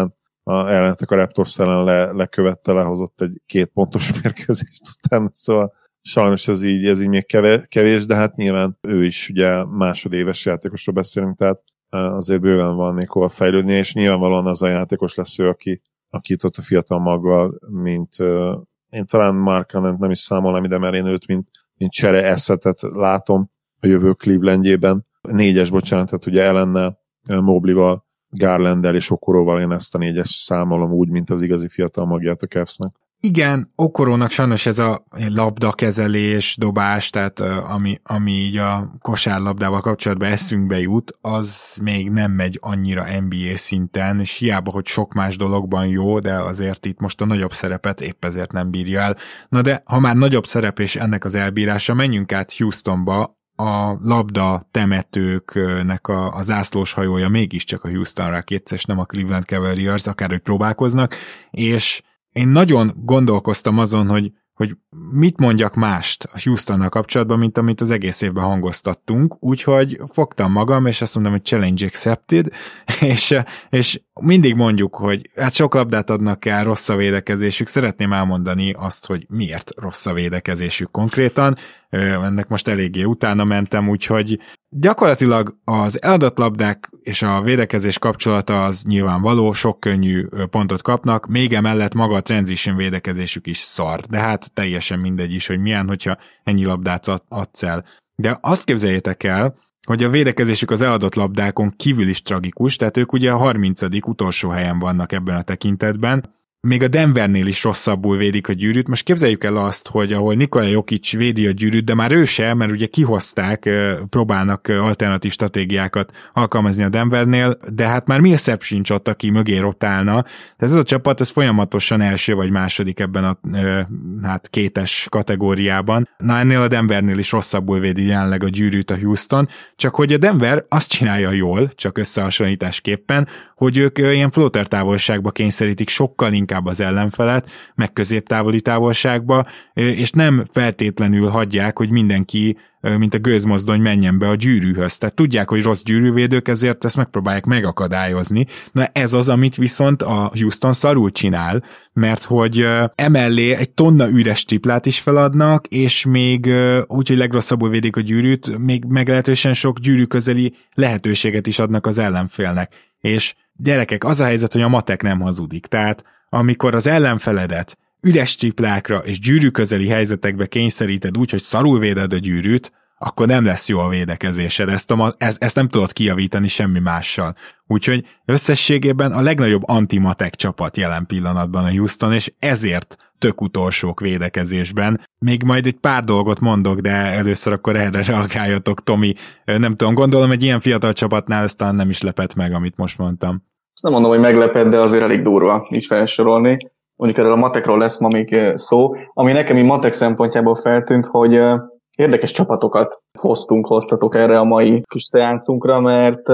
[SPEAKER 3] a, ellenetek a Raptors ellen le, lekövette, lehozott egy két pontos mérkőzést után, szóval sajnos ez így, ez így még kevés, de hát nyilván ő is ugye másodéves játékosról beszélünk, tehát azért bőven van még hova fejlődni, és nyilvánvalóan az a játékos lesz ő, aki, aki itt ott a fiatal maggal, mint uh, én talán Mark Cannon nem is számolnám ide, mert én őt, mint, mint csere eszetet látom a jövő Clevelandjében. Négyes, bocsánat, tehát ugye Allennel, Mobley-val, Garlanddel és Okoróval én ezt a négyes számolom úgy, mint az igazi fiatal magját a Cavs-nek.
[SPEAKER 2] Igen, Okorónak sajnos ez a labdakezelés, dobás, tehát ami, ami így a kosárlabdával kapcsolatban eszünkbe jut, az még nem megy annyira en bé á szinten, és hiába, hogy sok más dologban jó, de azért itt most a nagyobb szerepet épp ezért nem bírja el. Na de, ha már nagyobb szerep és ennek az elbírása, menjünk át Houstonba, a labda temetőknek a, a zászlós hajója mégiscsak a Houston Rockets, és nem a Cleveland Cavaliers, akárhogy próbálkoznak, és én nagyon gondolkoztam azon, hogy, hogy mit mondjak mást a Houstonnal kapcsolatban, mint amit az egész évben hangoztattunk, úgyhogy fogtam magam, és azt mondom, hogy challenge accepted, és, és mindig mondjuk, hogy hát sok labdát adnak el, rossz a védekezésük, szeretném elmondani azt, hogy miért rossz a védekezésük konkrétan, ennek most eléggé utána mentem, úgyhogy gyakorlatilag az eladott labdák és a védekezés kapcsolata az nyilvánvaló, sok könnyű pontot kapnak, még emellett maga a transition védekezésük is szar, de hát teljesen mindegy is, hogy milyen, hogyha ennyi labdát adsz el. De azt képzeljétek el, hogy a védekezésük az eladott labdákon kívül is tragikus, tehát ők ugye a harmincadik utolsó helyen vannak ebben a tekintetben, még a Denvernél is rosszabbul védik a gyűrűt. Most képzeljük el azt, hogy ahol Nikola Jokic védi a gyűrűt, de már ő se, mert ugye kihozták, próbálnak alternatív stratégiákat alkalmazni a Denvernél, de hát már Millsap sincs ott, aki mögé rotálna. Tehát ez a csapat, ez folyamatosan első vagy második ebben a hát kétes kategóriában. Na ennél a Denvernél is rosszabbul védi jelenleg a gyűrűt a Houston, csak hogy a Denver azt csinálja jól, csak összehasonlításképpen, hogy ők ilyen floater távolságba kényszerítik sokkal inkább az ellenfelet, meg középtávoli távolságba, és nem feltétlenül hagyják, hogy mindenki, mint a gőzmozdony menjen be a gyűrűhöz. Tehát tudják, hogy rossz gyűrűvédők, ezért ezt megpróbálják megakadályozni. Na ez az, amit viszont a Houston szarul csinál, mert hogy emellé egy tonna üres triplát is feladnak, és még úgy, hogy legrosszabbul védik a gyűrűt, még meglehetősen sok gyűrű közeli lehetőséget is adnak az ellenfélnek. És gyerekek, az a helyzet, hogy a matek nem hazudik. Tehát amikor az ellenfeledet üres triplákra és gyűrű közeli helyzetekbe kényszeríted úgy, hogy szarul véded a gyűrűt, akkor nem lesz jó a védekezésed. Ezt, a, ezt, ezt nem tudod kijavítani semmi mással. Úgyhogy összességében a legnagyobb antimatek csapat jelen pillanatban a Houston, és ezért tök utolsók védekezésben. Még majd egy pár dolgot mondok, de először akkor erre reagáljatok, Tomi. Nem tudom, gondolom egy ilyen fiatal csapatnál ezt talán nem is lepett meg, amit most mondtam.
[SPEAKER 4] Azt nem mondom, hogy meglepett, de azért elég durva így felsorolni. Mondjuk erről a matekról lesz ma még szó. Ami nekem így matek szempontjából feltűnt, hogy érdekes csapatokat hoztunk, hoztatok erre a mai kis szeánszunkra, mert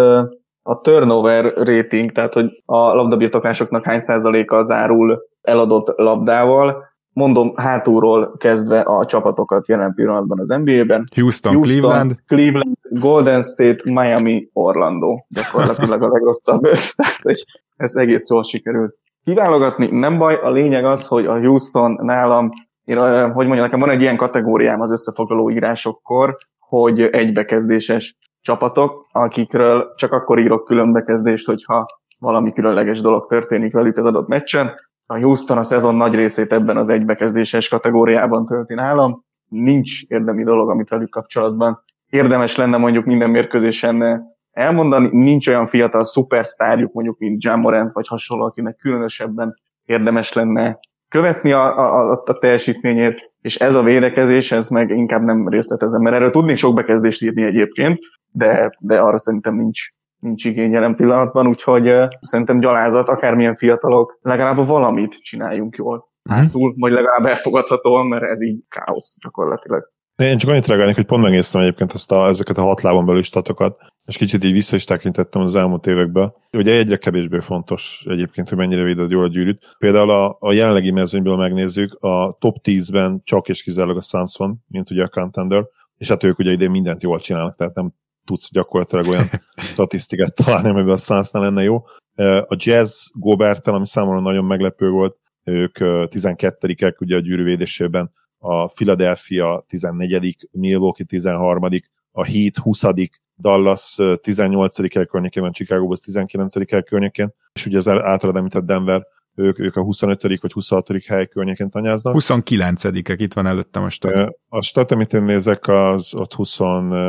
[SPEAKER 4] a turnover rating, tehát hogy a labdabirtoklásoknak hány százaléka zárul eladott labdával, mondom hátulról kezdve a csapatokat jelen pillanatban az en bé á-ben.
[SPEAKER 2] Houston, Houston Cleveland.
[SPEAKER 4] Cleveland, Golden State, Miami, Orlando. Gyakorlatilag a legrosszabb. Tehát ez egész jól sikerült kiválogatni. Nem baj, a lényeg az, hogy a Houston nálam, én, hogy mondjam, nekem van egy ilyen kategóriám az összefoglaló írásokkor, hogy egybekezdéses csapatok, akikről csak akkor írok különbekezdést, hogyha valami különleges dolog történik velük az adott meccsen. A Houston a szezon nagy részét ebben az egybekezdéses kategóriában tölti nálam. Nincs érdemi dolog, amit velük kapcsolatban érdemes lenne mondjuk minden mérkőzésen elmondani. Nincs olyan fiatal szupersztárjuk, mondjuk mint Ja Morant vagy hasonló, akinek különösebben érdemes lenne követni a, a, a teljesítményét, és ez a védekezés, ez meg inkább nem részletezem, mert erről tudnék sok bekezdést írni egyébként, de, de arra szerintem nincs, nincs igény jelen pillanatban, úgyhogy uh, szerintem gyalázat, akármilyen fiatalok, legalább valamit csináljunk jól. Hmm. Túl, vagy legalább elfogadhatóan, mert ez így káosz gyakorlatilag.
[SPEAKER 3] Én csak annyit reagálnék, hogy pont megnéztem egyébként ezt a, ezeket a hat lábon belül statokat, és kicsit így vissza is tekintettem az elmúlt években. Ugye egyre kevésbé fontos egyébként, hogy mennyire véded jól a gyűrűt. Például a, a jelenlegi mezőnyből megnézzük, a top tízben csak és kizárólag a Suns van, mint ugye a contender, és hát ők ugye idén mindent jól csinálnak, tehát nem tudsz gyakorlatilag olyan statisztikát találni, amiben a Sunsnál lenne jó. A Jazz Goberttel, ami számomra nagyon meglepő volt, ők tizenkettedikek ugye a gyűrűvédésében, a Philadelphia tizennegyedik, Milwaukee tizenharmadik, a Heat huszadik, Dallas tizennyolcadik hely környékén van, Chicago Bulls tizenkilencedik hely környékén, és ugye az általad említett Denver, ők, ők a huszonötödik vagy huszonhatodik hely környékén tanyáznak.
[SPEAKER 2] huszonkilencedikek itt van előttem a stat.
[SPEAKER 3] A stat, amit én nézek, az ott, húsz,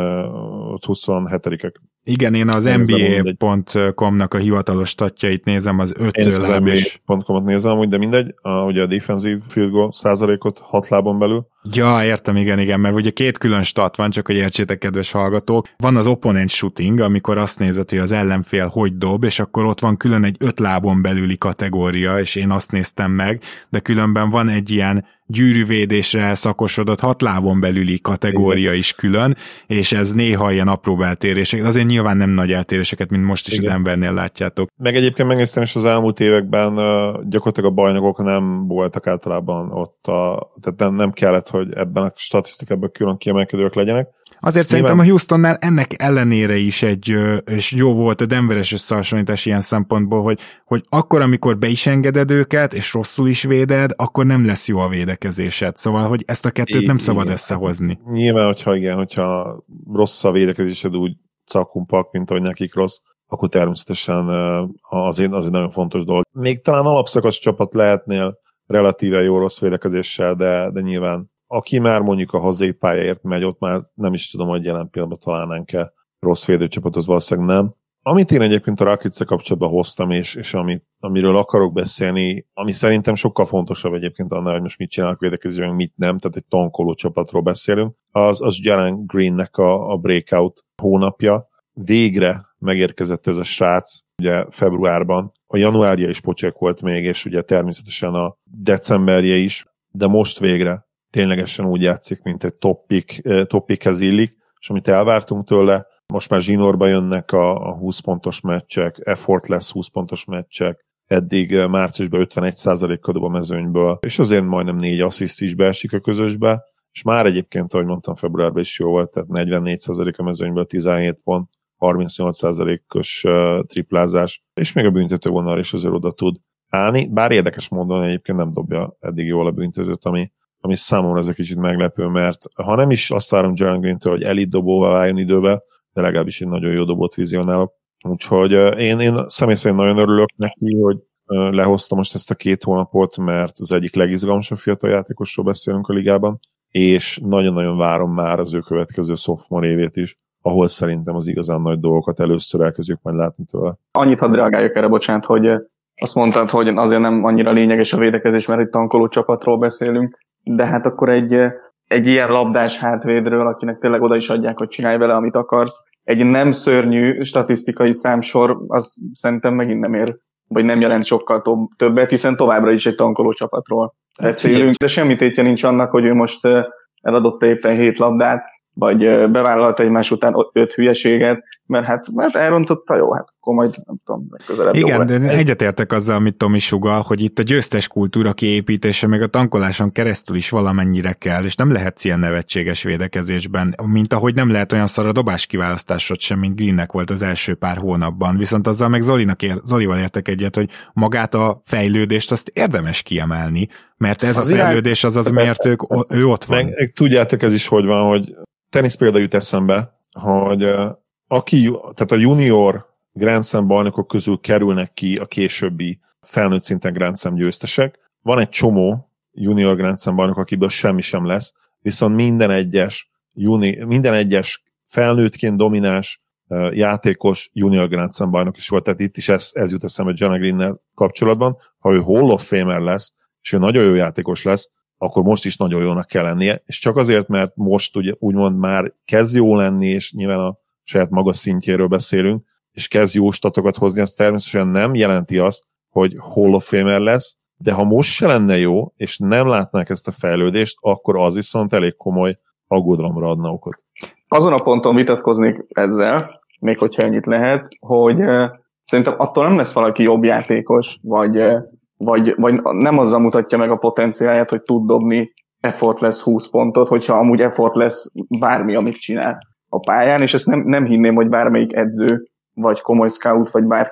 [SPEAKER 3] ott huszonhetedikek.
[SPEAKER 2] Igen, én az en bé á pont com-nak a hivatalos statjait nézem, az öt
[SPEAKER 3] Én az
[SPEAKER 2] láb
[SPEAKER 3] en bé á
[SPEAKER 2] és...
[SPEAKER 3] pont com-ot nézem, úgy, de mindegy, a, ugye a defensive field goal százalékot hat lábon belül.
[SPEAKER 2] Ja, értem, igen, igen, mert ugye két külön stat van, csak hogy értsétek, kedves hallgatók. Van az opponent shooting, amikor azt nézed, hogy az ellenfél hogy dob, és akkor ott van külön egy öt lábon belüli kategória, és én azt néztem meg, de különben van egy ilyen gyűrűvédésre szakosodott hat lábon belüli kategória is külön, és ez néha ilyen apró eltérések, azért nyilván nem nagy eltéréseket, mint most is igen. A Denvernél látjátok.
[SPEAKER 3] Meg egyébként megnéztem is az elmúlt években gyakorlatilag a bajnokok nem voltak általában ott, a, tehát nem, nem kellett, hogy ebben a statisztikában külön kiemelkedők legyenek.
[SPEAKER 2] Azért nyilván... szerintem a Houstonnál ennek ellenére is egy, és jó volt a Denveres összehasonlítás ilyen szempontból, hogy, hogy akkor, amikor be is engeded őket, és rosszul is véded, akkor nem lesz jó a védekezésed. Szóval, hogy ezt a kettőt nem szabad igen. összehozni.
[SPEAKER 3] Nyilván, hogyha igen, hogyha rossz a védekezésed úgy cakumpak, mint ahogy nekik rossz, akkor természetesen azért, azért nagyon fontos dolog. Még talán alapszakasz csapat lehetnél relatíve jó rossz védekezéssel, de, de nyilván aki már mondjuk a hazai pályáért megy, ott már nem is tudom, hogy jelen pillanatban találnánk-e rossz védőcsapatot, valószínűleg nem. Amit én egyébként a Rockets-szel kapcsolatban hoztam, és, és amit, amiről akarok beszélni, ami szerintem sokkal fontosabb egyébként annál, hogy most mit csinálnak védekezésben, mit nem, tehát egy tankoló csapatról beszélünk, az, az Jalen Greennek a, a breakout hónapja. Végre megérkezett ez a srác, ugye februárban. A januárja is pocsék volt még, és ugye természetesen a decemberje is, de most végre ténylegesen úgy játszik, mint egy toppik, toppikhez illik, és amit elvártunk tőle, most már zsinórba jönnek a, a húsz pontos meccsek, effortless húsz pontos meccsek, eddig márciusban ötvenegy százalékkal dob a mezőnyből, és azért majdnem négy assziszt is beesik a közösbe, és már egyébként, ahogy mondtam, februárban is jó volt, tehát negyvennégy százalék a mezőnyből, tizenhét pont, harmincnyolc százalékos uh, triplázás, és még a büntető vonal is azért oda tud állni, bár érdekes módon egyébként nem dobja eddig jól a büntetőt, ami ami számomra ez egy kicsit meglepő, mert ha nem is azt várom Jalen Green-től, hogy elit dobóvá váljon időbe, de legalábbis egy nagyon jó dobót vizionálok. Úgyhogy én, én személy szerint nagyon örülök neki, hogy lehoztam most ezt a két hónapot, mert az egyik legizgalmasabb fiatal játékosról beszélünk a ligában, és nagyon-nagyon várom már az ő következő sophomore évét is, ahol szerintem az igazán nagy dolgokat először elkezdjük majd látni tőle.
[SPEAKER 4] Annyit hadd reagáljak erre, bocsánat, hogy azt mondtad, hogy azért nem annyira lényeges a védekezés, mert egy tankoló csapatról beszélünk, de hát akkor egy, egy ilyen labdás hátvédről, akinek tényleg oda is adják, hogy csinálj vele, amit akarsz, egy nem szörnyű statisztikai számsor, az szerintem megint nem ér, vagy nem jelent sokkal többet, hiszen továbbra is egy tankoló csapatról beszélünk, de semmi tétje nincs annak, hogy ő most eladott éppen hét labdát, vagy bevállalta egymás után öt hülyeséget, mert hát, hát elrontotta, jó, hát akkor majd nem tudom, legközelebb jó
[SPEAKER 2] igen,
[SPEAKER 4] lesz.
[SPEAKER 2] De egyetértek azzal, amit Tomi sugall, hogy itt a győztes kultúra kiépítése meg a tankoláson keresztül is valamennyire kell, és nem lehetsz ilyen nevetséges védekezésben, mint ahogy nem lehet olyan szar a dobás kiválasztásod sem, mint Greennek volt az első pár hónapban. Viszont azzal meg Zolinak ér, Zolival értek egyet, hogy magát a fejlődést azt érdemes kiemelni, mert ez az a fejlődés az az, miért ők, ő ott van.
[SPEAKER 3] Meg, tudjátok, ez is hogy van, hogy tenisz példa jut eszembe, hogy uh, aki, tehát a junior Grand Slam bajnokok közül kerülnek ki a későbbi felnőtt szinten Grand Slam győztesek. Van egy csomó junior Grand Slam bajnok, akiből semmi sem lesz, viszont minden egyes, juni, minden egyes felnőttként domináns uh, játékos junior Grand Slam bajnok is volt, tehát itt is ez, ez jut eszembe Jalen Greennel kapcsolatban. Ha ő Hall of Famer lesz, és ő nagyon jó játékos lesz, akkor most is nagyon jónak kell lennie, és csak azért, mert most ugye, úgymond már kezd jó lenni, és nyilván a saját magas szintjéről beszélünk, és kezd jó statokat hozni, az természetesen nem jelenti azt, hogy Hall of Famer lesz, de ha most se lenne jó, és nem látnák ezt a fejlődést, akkor az viszont elég komoly aggodalomra adna okot.
[SPEAKER 4] Azon a ponton vitatkoznék ezzel, még hogyha ennyit lehet, hogy uh, szerintem attól nem lesz valaki jobb játékos, vagy uh, Vagy, vagy nem azzal mutatja meg a potenciáját, hogy tud dobni effortless húsz pontot, hogyha amúgy effortless bármi, amit csinál a pályán, és ezt nem, nem hinném, hogy bármelyik edző, vagy komoly scout, vagy bárki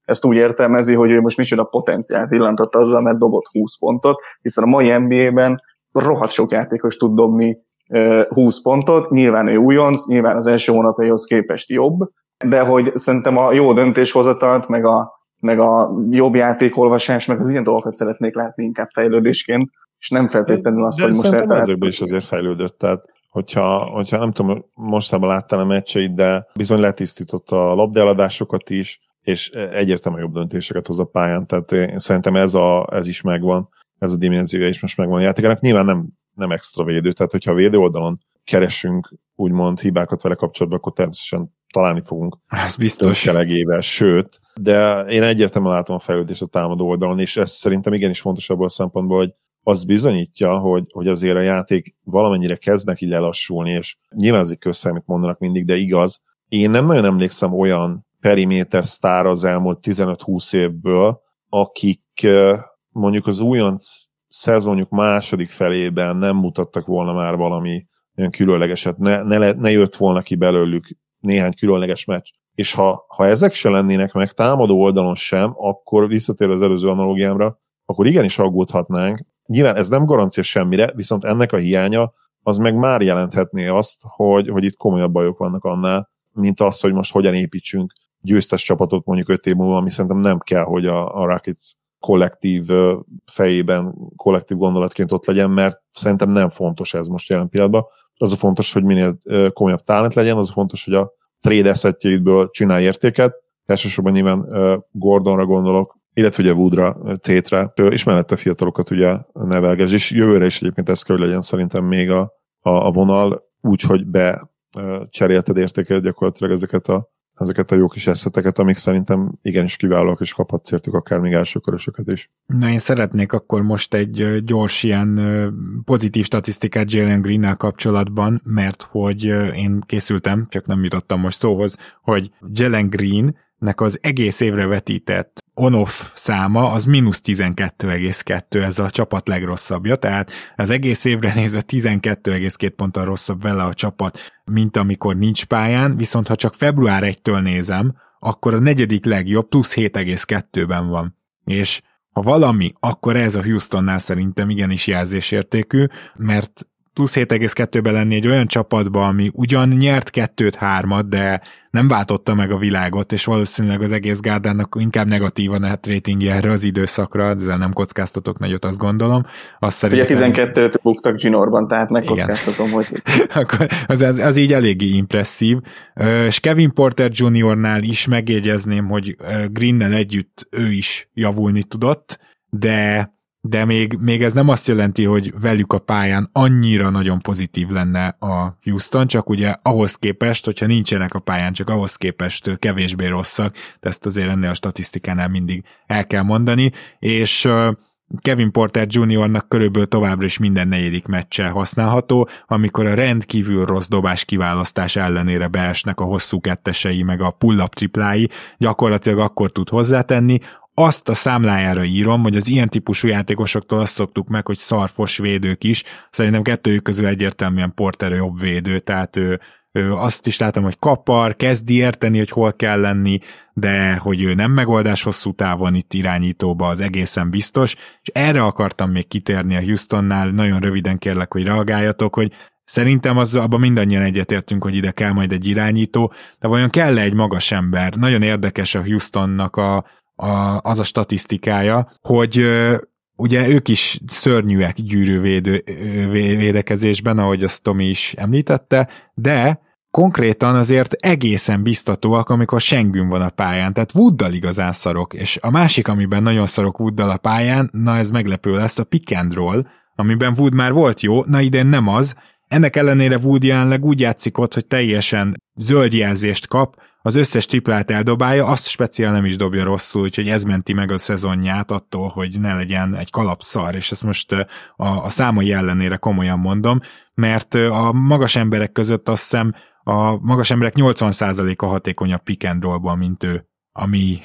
[SPEAKER 4] ezt úgy értelmezi, hogy ő most micsoda potenciált illantott azzal, mert dobott húsz pontot, hiszen a mai en bé á-ben rohadt sok játékos tud dobni húsz pontot, nyilván ő újonc, nyilván az első hónapjaihoz képest jobb, de hogy szerintem a jó döntéshozatalt, meg a, meg a jobb játékolvasás, meg az ilyen dolgokat szeretnék látni inkább fejlődésként, és nem feltétlenül azt,
[SPEAKER 3] de
[SPEAKER 4] hogy most
[SPEAKER 3] eltalált. Ezekben is azért fejlődött, tehát hogyha, hogyha nem tudom, mostában láttál a meccseit, de bizony letisztította a labdaeladásokat is, és egyértelműen jobb döntéseket hoz a pályán, tehát én szerintem ez, a, ez is megvan, ez a dimenziója is most megvan a játékának. Nyilván nem, nem extra védő, tehát hogyha a védő oldalon keresünk úgymond hibákat vele kapcsolatban, akkor természetesen találni fogunk.
[SPEAKER 2] Ez biztos.
[SPEAKER 3] Többkelegével, sőt, de én egyértelműen látom a fejlődést a támadó oldalon, és ez szerintem igenis fontos abból a szempontból, hogy az bizonyítja, hogy, hogy azért a játék valamennyire kezdnek így lelassulni, és nyilván ez egy közszeg, amit mondanak mindig, de igaz. Én nem nagyon emlékszem olyan periméter sztár az elmúlt tizenöt-húsz évből, akik mondjuk az újonc szezonjuk második felében nem mutattak volna már valami olyan különlegeset, ne, ne, ne jött volna ki belőlük néhány különleges meccs. És ha, ha ezek se lennének meg támadó oldalon sem, akkor visszatér az előző analógiámra, akkor igenis aggódhatnánk. Nyilván ez nem garancia semmire, viszont ennek a hiánya az meg már jelenthetné azt, hogy, hogy itt komolyabb bajok vannak annál, mint az, hogy most hogyan építsünk győztes csapatot mondjuk öt év múlva, ami szerintem nem kell, hogy a, a Rockets kollektív fejében, kollektív gondolatként ott legyen, mert szerintem nem fontos ez most jelen pillanatban. Az a fontos, hogy minél komolyabb talent legyen, az a fontos, hogy a trade assetjeidből csinálj értéket. Elsősorban nyilván Gordonra gondolok, illetve ugye Woodra, Tétre, és mellette fiatalokat ugye nevelges, és jövőre is egyébként ez kell, hogy legyen szerintem még a, a, a vonal, úgyhogy be cserélted értéket gyakorlatilag ezeket a ezeket a jó kis eszeteket, amik szerintem igenis kiválóak, és kaphatsz értük akár még elsőkörösöket is.
[SPEAKER 2] Na, én szeretnék akkor most egy gyors ilyen pozitív statisztikát Jalen Greennel kapcsolatban, mert hogy én készültem, csak nem jutottam most szóhoz, hogy Jalen Greennek az egész évre vetített on-off száma az mínusz tizenkettő egész kettő, ez a csapat legrosszabbja, tehát az egész évre nézve tizenkettő egész két ponttal rosszabb vele a csapat, mint amikor nincs pályán, viszont ha csak február elsejétől nézem, akkor a negyedik legjobb plusz hét egész kettőben van. És ha valami, akkor ez a Houstonnál szerintem igenis jelzésértékű, mert plusz hét egész kettőben lenni egy olyan csapatban, ami ugyan nyert kettőt-hármat, de nem váltotta meg a világot, és valószínűleg az egész gárdának inkább negatív a net ratingje erre az időszakra, ezzel nem kockáztatok nagyot, azt gondolom. Azt
[SPEAKER 4] ugye szerintem... tizenkettőt buktak Ginorban, tehát megkockáztatom, hogy...
[SPEAKER 2] Akkor az, az, az így eléggé impresszív. És Kevin Porter juniornál is megjegyezném, hogy Greennel együtt ő is javulni tudott, de de még, még ez nem azt jelenti, hogy velük a pályán annyira nagyon pozitív lenne a Houston, csak ugye ahhoz képest, hogyha nincsenek a pályán, csak ahhoz képest kevésbé rosszak, de ezt azért ennél a statisztikánál mindig el kell mondani, és Kevin Porter juniornak körülbelül továbbra is minden negyedik meccse használható, amikor a rendkívül rossz dobás kiválasztás ellenére beesnek a hosszú kettesei, meg a pull-up triplái, gyakorlatilag akkor tud hozzátenni. Azt a számlájára írom, hogy az ilyen típusú játékosoktól azt szoktuk meg, hogy szarfos védők is. Szerintem kettőjük közül egyértelműen Porter jobb védő, tehát ő, ő azt is látom, hogy kapar, kezdi érteni, hogy hol kell lenni, de hogy ő nem megoldás hosszú távon itt irányítóba, az egészen biztos. És erre akartam még kitérni a Houstonnál, nagyon röviden kérlek, hogy reagáljatok, hogy szerintem az, abban mindannyian egyetértünk, hogy ide kell majd egy irányító, de vajon kell-e egy magas ember? Nagyon érdekes a Houstonnak a A, az a statisztikája, hogy ö, ugye ők is szörnyűek gyűrűvédő védekezésben, ahogy azt Tomi is említette, de konkrétan azért egészen biztatóak, amikor Sengun van a pályán, tehát Wooddal igazán szarok, és a másik, amiben nagyon szarok Wooddal a pályán, na ez meglepő lesz, a pick and roll, amiben Wood már volt jó, na idén nem az, ennek ellenére Wood jelenleg úgy játszik ott, hogy teljesen zöld jelzést kap, az összes triplát eldobálja, azt speciál nem is dobja rosszul, úgyhogy ez menti meg a szezonját attól, hogy ne legyen egy kalapszar, és ezt most a, a számai ellenére komolyan mondom, mert a magas emberek között azt hiszem a magas emberek nyolcvan százaléka hatékonyabb pick and rollban, mint ő, ami,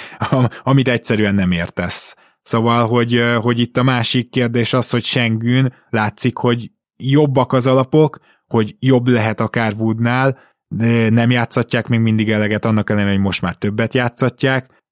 [SPEAKER 2] amit egyszerűen nem értesz. Szóval, hogy, hogy itt a másik kérdés az, hogy Sengun látszik, hogy jobbak az alapok, hogy jobb lehet akár Woodnál, nem játszatják még mindig eleget, annak ellenére, hogy most már többet játszatják.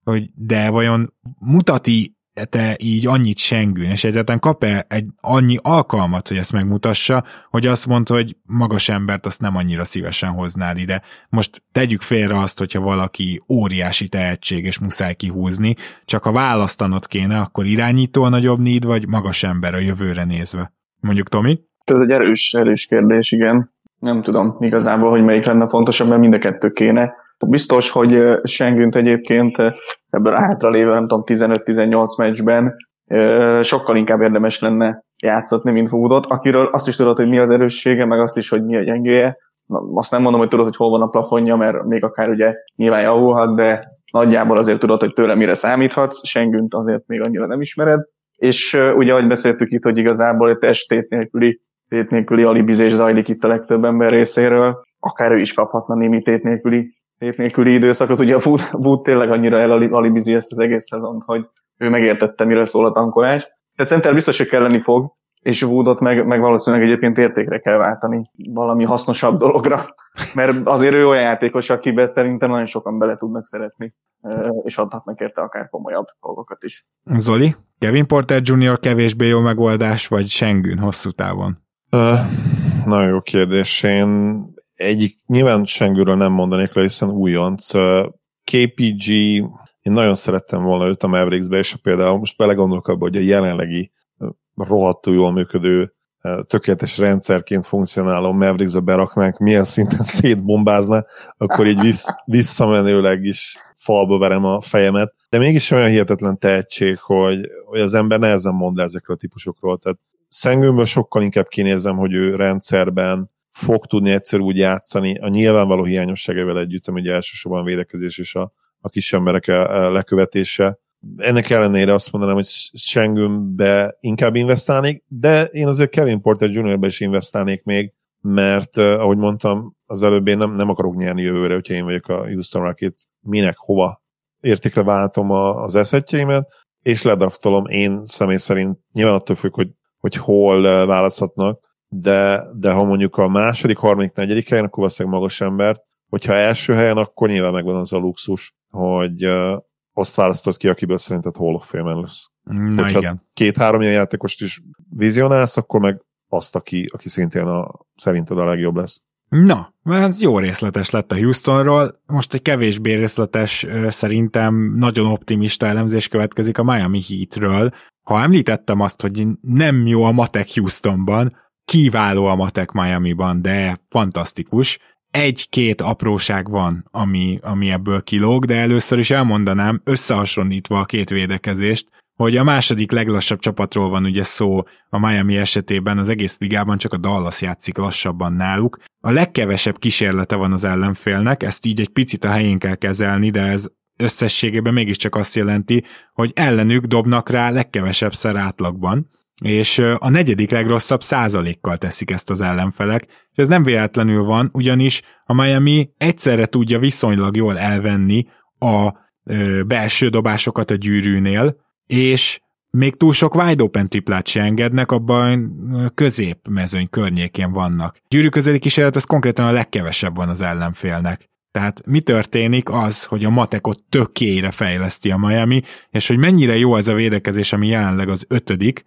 [SPEAKER 2] hogy de vajon mutati te így annyit Sengun, és egyáltalán kap-e egy annyi alkalmat, hogy ezt megmutassa, hogy azt mondta, hogy magas embert azt nem annyira szívesen hoznál ide. Most tegyük félre azt, hogyha valaki óriási tehetség, és muszáj kihúzni, csak ha választanod kéne, akkor irányító a nagyobb need, vagy magas ember a jövőre nézve. Mondjuk Tomi?
[SPEAKER 4] Ez egy erős, erős kérdés, igen. Nem tudom igazából, hogy melyik lenne fontosabb, mert mind a kettő kéne. Biztos, hogy Sengunt egyébként ebből a hátralévő, nem tudom, tizenöt-tizennyolc meccsben sokkal inkább érdemes lenne játszatni, mint Woodot, akiről azt is tudod, hogy mi az erőssége, meg azt is, hogy mi a gyengéje. Na, azt nem mondom, hogy tudod, hogy hol van a plafonja, mert még akár ugye nyilván javulhat, de nagyjából azért tudod, hogy tőle mire számíthatsz, Sengunt azért még annyira nem ismered. És ugye, ahogy beszéltük itt, hogy igazából egy tét nélküli, tét nélküli alibizés zajlik itt a legtöbb ember részéről, akár ő is kaphatna némi tét nélküli tét nélküli időszakot. Ugye a Wood, Wood tényleg annyira elalibizi ezt az egész szezont, hogy ő megértette, miről szól a tankolás. Tehát center biztos, hogy kelleni fog, és Woodot meg, meg valószínűleg egyébként értékre kell váltani valami hasznosabb dologra, mert azért ő olyan játékos, akiben szerintem nagyon sokan bele tudnak szeretni, és adhatnak érte akár komolyabb dolgokat is.
[SPEAKER 2] Zoli, Kevin Porter junior kevésbé jó megoldás, vagy Sengun hosszú távon?
[SPEAKER 3] Uh, nagyon jó kérdés. Én egyik, nyilván Sengunről nem mondanék le, hiszen újonc. ká pé gé, én nagyon szerettem volna őt a Mavericksbe, és például most belegondolok abba, hogy a jelenlegi rohadtul jól működő, tökéletes rendszerként funkcionáló Mavericksbe beraknánk, milyen szinten szétbombázna, akkor így vissz, visszamenőleg is falba verem a fejemet. De mégis olyan hihetetlen tehetség, hogy, hogy az ember nehezen mond ezekről a típusokról. Tehát Sengunből sokkal inkább kinézem, hogy ő rendszerben fog tudni egyszer úgy játszani, a nyilvánvaló hiányosságával együtt, ami ugye elsősorban a védekezés és a, a kis emberek lekövetése. Ennek ellenére azt mondanám, hogy Sengunbe inkább investálnék, de én azért Kevin Porter juniorbe is investálnék még, mert ahogy mondtam, az előbb én nem, nem akarok nyerni jövőre, hogyha én vagyok a Houston Rockets, minek, hova értékre váltom a, az eszetjeimet, és ledraftolom én személy szerint, nyilván attól függ, hogy, hogy hol választhatnak, de, de ha mondjuk a második, harmadik, negyedik helyen, akkor valószínűleg magas embert, hogyha első helyen, akkor nyilván megvan az a luxus, hogy uh, azt választod ki, akiből szerinted Hall of Fame lesz.
[SPEAKER 2] Na
[SPEAKER 3] hogyha
[SPEAKER 2] igen.
[SPEAKER 3] két-három ilyen játékost is vizionálsz, akkor meg azt, aki, aki szintén a, szerinted a legjobb lesz.
[SPEAKER 2] Na, ez jó részletes lett a Houstonról. Most egy kevésbé részletes, szerintem nagyon optimista elemzés következik a Miami Heatről. Ha említettem azt, hogy nem jó a matek Houstonban, kiváló a matek Miamiban, de fantasztikus. Egy-két apróság van, ami, ami ebből kilóg, de először is elmondanám, összehasonlítva a két védekezést, hogy a második leglassabb csapatról van ugye szó a Miami esetében, az egész ligában csak a Dallas játszik lassabban náluk. A legkevesebb kísérlete van az ellenfélnek, ezt így egy picit a helyén kell kezelni, de ez összességében mégiscsak azt jelenti, hogy ellenük dobnak rá legkevesebbszer átlagban, és a negyedik legrosszabb százalékkal teszik ezt az ellenfelek, és ez nem véletlenül van, ugyanis a Miami egyszerre tudja viszonylag jól elvenni a ö, belső dobásokat a gyűrűnél, és még túl sok wide open triplát se engednek, abban középmezőny környékén vannak. Gyűrű közeli kísérlet az konkrétan a legkevesebb van az ellenfélnek. Tehát mi történik az, hogy a matekot tökélyre fejleszti a Miami, és hogy mennyire jó ez a védekezés, ami jelenleg az ötödik,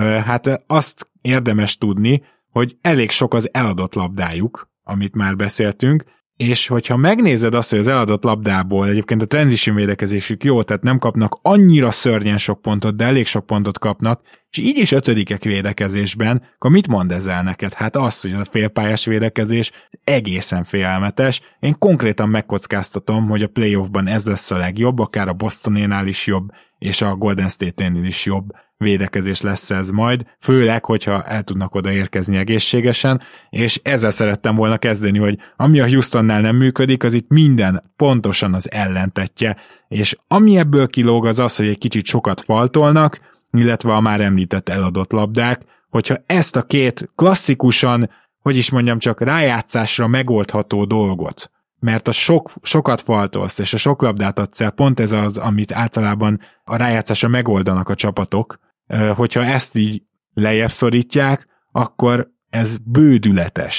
[SPEAKER 2] hát azt érdemes tudni, hogy elég sok az eladott labdájuk, amit már beszéltünk, és hogyha megnézed azt, hogy az eladott labdából egyébként a transition védekezésük jó, tehát nem kapnak annyira szörnyen sok pontot, de elég sok pontot kapnak, és így is ötödikek védekezésben, akkor mit mond ezzel neked? Hát az, hogy a félpályás védekezés egészen félelmetes. Én konkrétan megkockáztatom, hogy a playoffban ez lesz a legjobb, akár a Bostonénál is jobb, és a Golden State-nél is jobb védekezés lesz ez majd, főleg, hogyha el tudnak oda érkezni egészségesen, és ezzel szerettem volna kezdeni, hogy ami a Houstonnál nem működik, az itt minden pontosan az ellentetje, és ami ebből kilóg az az, hogy egy kicsit sokat faltolnak, illetve a már említett eladott labdák, hogyha ezt a két klasszikusan, hogy is mondjam, csak rájátszásra megoldható dolgot, mert a sok, sokat faltolsz, és a sok labdát adsz el, pont ez az, amit általában a rájátszásra megoldanak a csapatok, hogyha ezt így lejjebb szorítják, akkor ez bődületes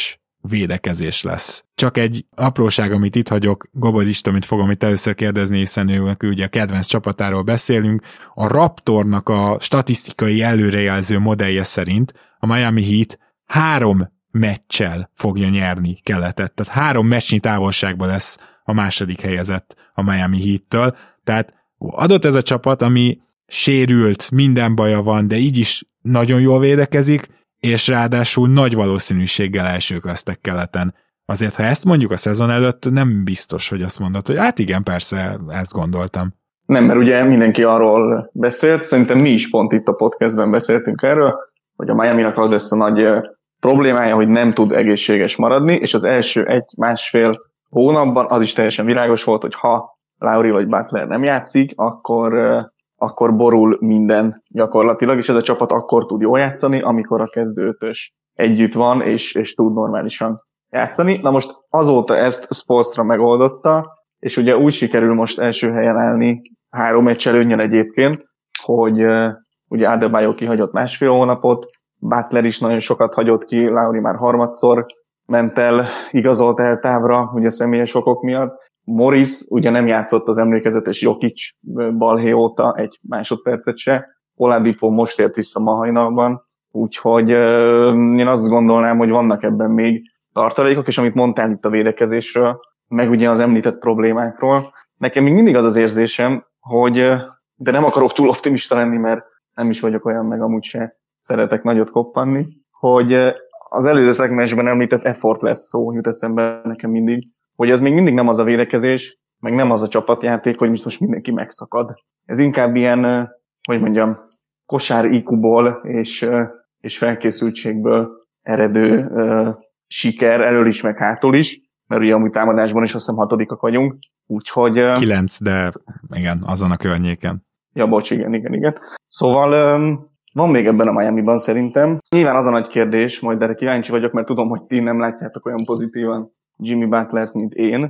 [SPEAKER 2] védekezés lesz. Csak egy apróság, amit itt hagyok, Gobod Istomin fogom itt először kérdezni, hiszen ő ugye a kedvenc csapatáról beszélünk. A Raptornak a statisztikai előrejelző modellje szerint a Miami Heat három meccsel fogja nyerni keletet. Tehát három meccsnyi távolságban lesz a második helyezett a Miami Heat-től. Tehát adott ez a csapat, ami sérült, minden baja van, de így is nagyon jól védekezik, és ráadásul nagy valószínűséggel elsők lesztek keleten. Azért, ha ezt mondjuk a szezon előtt, nem biztos, hogy azt mondod, hogy hát igen, persze, ezt gondoltam.
[SPEAKER 4] Nem, mert ugye mindenki arról beszélt, szerintem mi is pont itt a podcastben beszéltünk erről, hogy a Miaminak az lesz a nagy problémája, hogy nem tud egészséges maradni, és az első egy-másfél hónapban az is teljesen világos volt, hogy ha Lowry vagy Butler nem játszik, akkor, akkor borul minden gyakorlatilag, és ez a csapat akkor tud jól játszani, amikor a kezdőötös együtt van, és, és tud normálisan játszani. Na most azóta ezt Spoelstra megoldotta, és ugye úgy sikerül most első helyen állni három meccs előnnyel egyébként, hogy uh, ugye Adebayo kihagyott másfél hónapot, Butler is nagyon sokat hagyott ki, Lowry már harmadszor ment el, igazolt el távra, ugye személyes okok miatt. Morris ugye nem játszott az emlékezetes Jokic balhé óta egy másodpercet se, Oladipo most ért vissza ma hajnalban, úgyhogy uh, én azt gondolnám, hogy vannak ebben még tartalékok, és amit mondtál itt a védekezésről, meg ugye az említett problémákról, nekem még mindig az az érzésem, hogy, de nem akarok túl optimista lenni, mert nem is vagyok olyan, meg amúgy se szeretek nagyot koppanni, hogy az előző szegmensben említett effort lesz szó, jut eszembe nekem mindig, hogy ez még mindig nem az a védekezés, meg nem az a csapatjáték, hogy most mindenki megszakad. Ez inkább ilyen, hogy mondjam, kosár í kú-ból és, és felkészültségből eredő siker, elől is, meg hátul is, mert ugye amúgy támadásban is azt hiszem hatodikak vagyunk, úgyhogy...
[SPEAKER 2] Kilenc, de igen, azon a környéken.
[SPEAKER 4] Ja, bocs, igen, igen, igen. Szóval van még ebben a Miamiban szerintem. Nyilván az a nagy kérdés, majd erre kíváncsi vagyok, mert tudom, hogy ti nem látjátok olyan pozitívan Jimmy Butlert, mint én,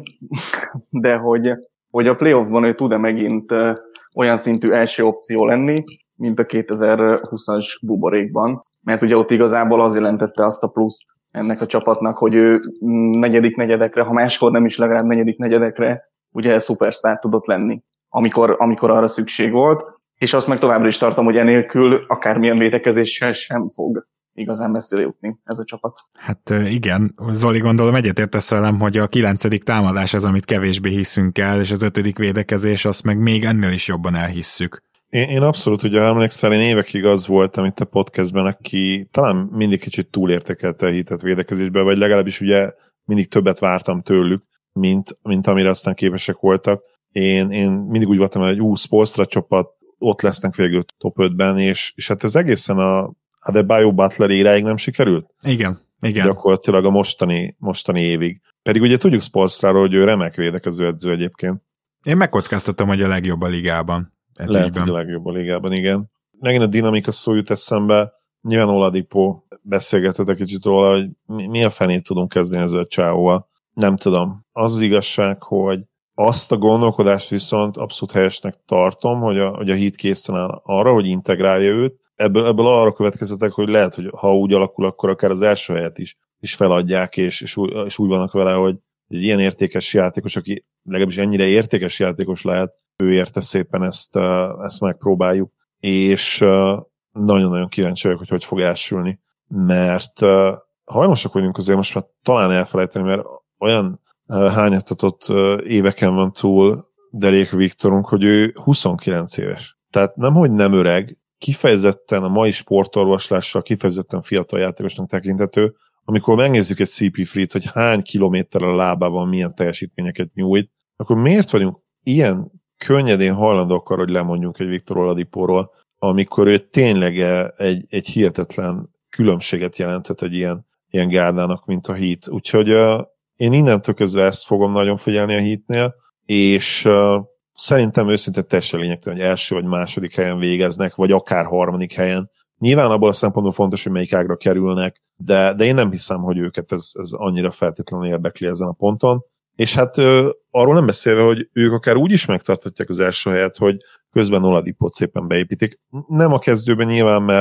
[SPEAKER 4] de hogy, hogy a playoffban ő tud-e megint olyan szintű első opció lenni, mint a kétezer-húszas buborékban, mert ugye ott igazából az jelentette azt a pluszt ennek a csapatnak, hogy ő negyedik negyedekre, ha máskor nem is legalább negyedik negyedekre, ugye szupersztár tudott lenni, amikor, amikor arra szükség volt, és azt meg továbbra is tartom, hogy enélkül akármilyen védekezéssel sem fog igazán messzire jutni ez a csapat.
[SPEAKER 2] Hát igen, Zoli, gondolom egyetértesz velem, hogy a kilencedik támadás az, amit kevésbé hiszünk el, és az ötödik védekezés, azt meg még ennél is jobban elhisszük.
[SPEAKER 3] Én, én abszolút ugye emlékszel, én évekig az voltam itt a podcastben, aki talán mindig kicsit túlértékelte a Heatet védekezésbe, vagy legalábbis ugye mindig többet vártam tőlük, mint, mint amire aztán képesek voltak. Én, én mindig úgy voltam, hogy ú, Spoelstra csapat, ott lesznek végül top ötben, és, és hát ez egészen a Adebayo Butler éráig nem sikerült?
[SPEAKER 2] Igen, igen.
[SPEAKER 3] Gyakorlatilag a mostani, mostani évig. Pedig ugye tudjuk Spoelstráról, hogy ő remek védekező edző egyébként.
[SPEAKER 2] Én megkockáztattam, hogy a legjobb a ligában. Ez
[SPEAKER 3] Lehet, hogy a legjobb a ligában, igen. Megint a dinamika szó jut eszembe. Nyilván Oladipo beszélgetett egy kicsit róla, hogy mi, mi a fenét tudunk kezdeni ezzel a csávóval. Nem tudom. Az az igazság, hogy azt a gondolkodást viszont abszolút helyesnek tartom, hogy a, hogy a Heat készen áll arra, hogy integrálja őt. Ebből, ebből arra következtetek, hogy lehet, hogy ha úgy alakul, akkor akár az első helyet is, is feladják, és, és, úgy, és úgy vannak vele, hogy egy ilyen értékes játékos, aki legalábbis ennyire értékes játékos lehet, ő érte szépen ezt, ezt megpróbáljuk. És nagyon-nagyon kíváncsi vagyok, hogy hogy fog elsülni. Mert hajlamosak vagyunk azért most már talán elfelejteni, mert olyan hányatatott éveken van túl Derek Viktorunk, hogy ő huszonkilenc éves. Tehát nemhogy nem öreg, kifejezetten a mai sportorvoslással kifejezetten fiatal játékosnak tekintető, amikor megnézzük egy cé pé Free-t, hogy hány kilométerrel a lábában milyen teljesítményeket nyújt, akkor miért vagyunk ilyen könnyedén hajlandók arra, hogy lemondjunk egy Victor Oladipóról, amikor ő tényleg egy, egy hihetetlen különbséget jelentett egy ilyen, ilyen gárdának, mint a Heat. Úgyhogy uh, én innentől kezdve ezt fogom nagyon figyelni a Heatnél, és uh, szerintem őszintén teljesen lényegtelen, hogy első vagy második helyen végeznek, vagy akár harmadik helyen. Nyilván abból a szempontból fontos, hogy melyik ágra kerülnek, de, de én nem hiszem, hogy őket ez, ez annyira feltétlenül érdekli ezen a ponton. És hát ö, arról nem beszélve, hogy ők akár úgy is megtartatják az első helyet, hogy közben Oladipót szépen beépítik. Nem a kezdőben nyilván, mert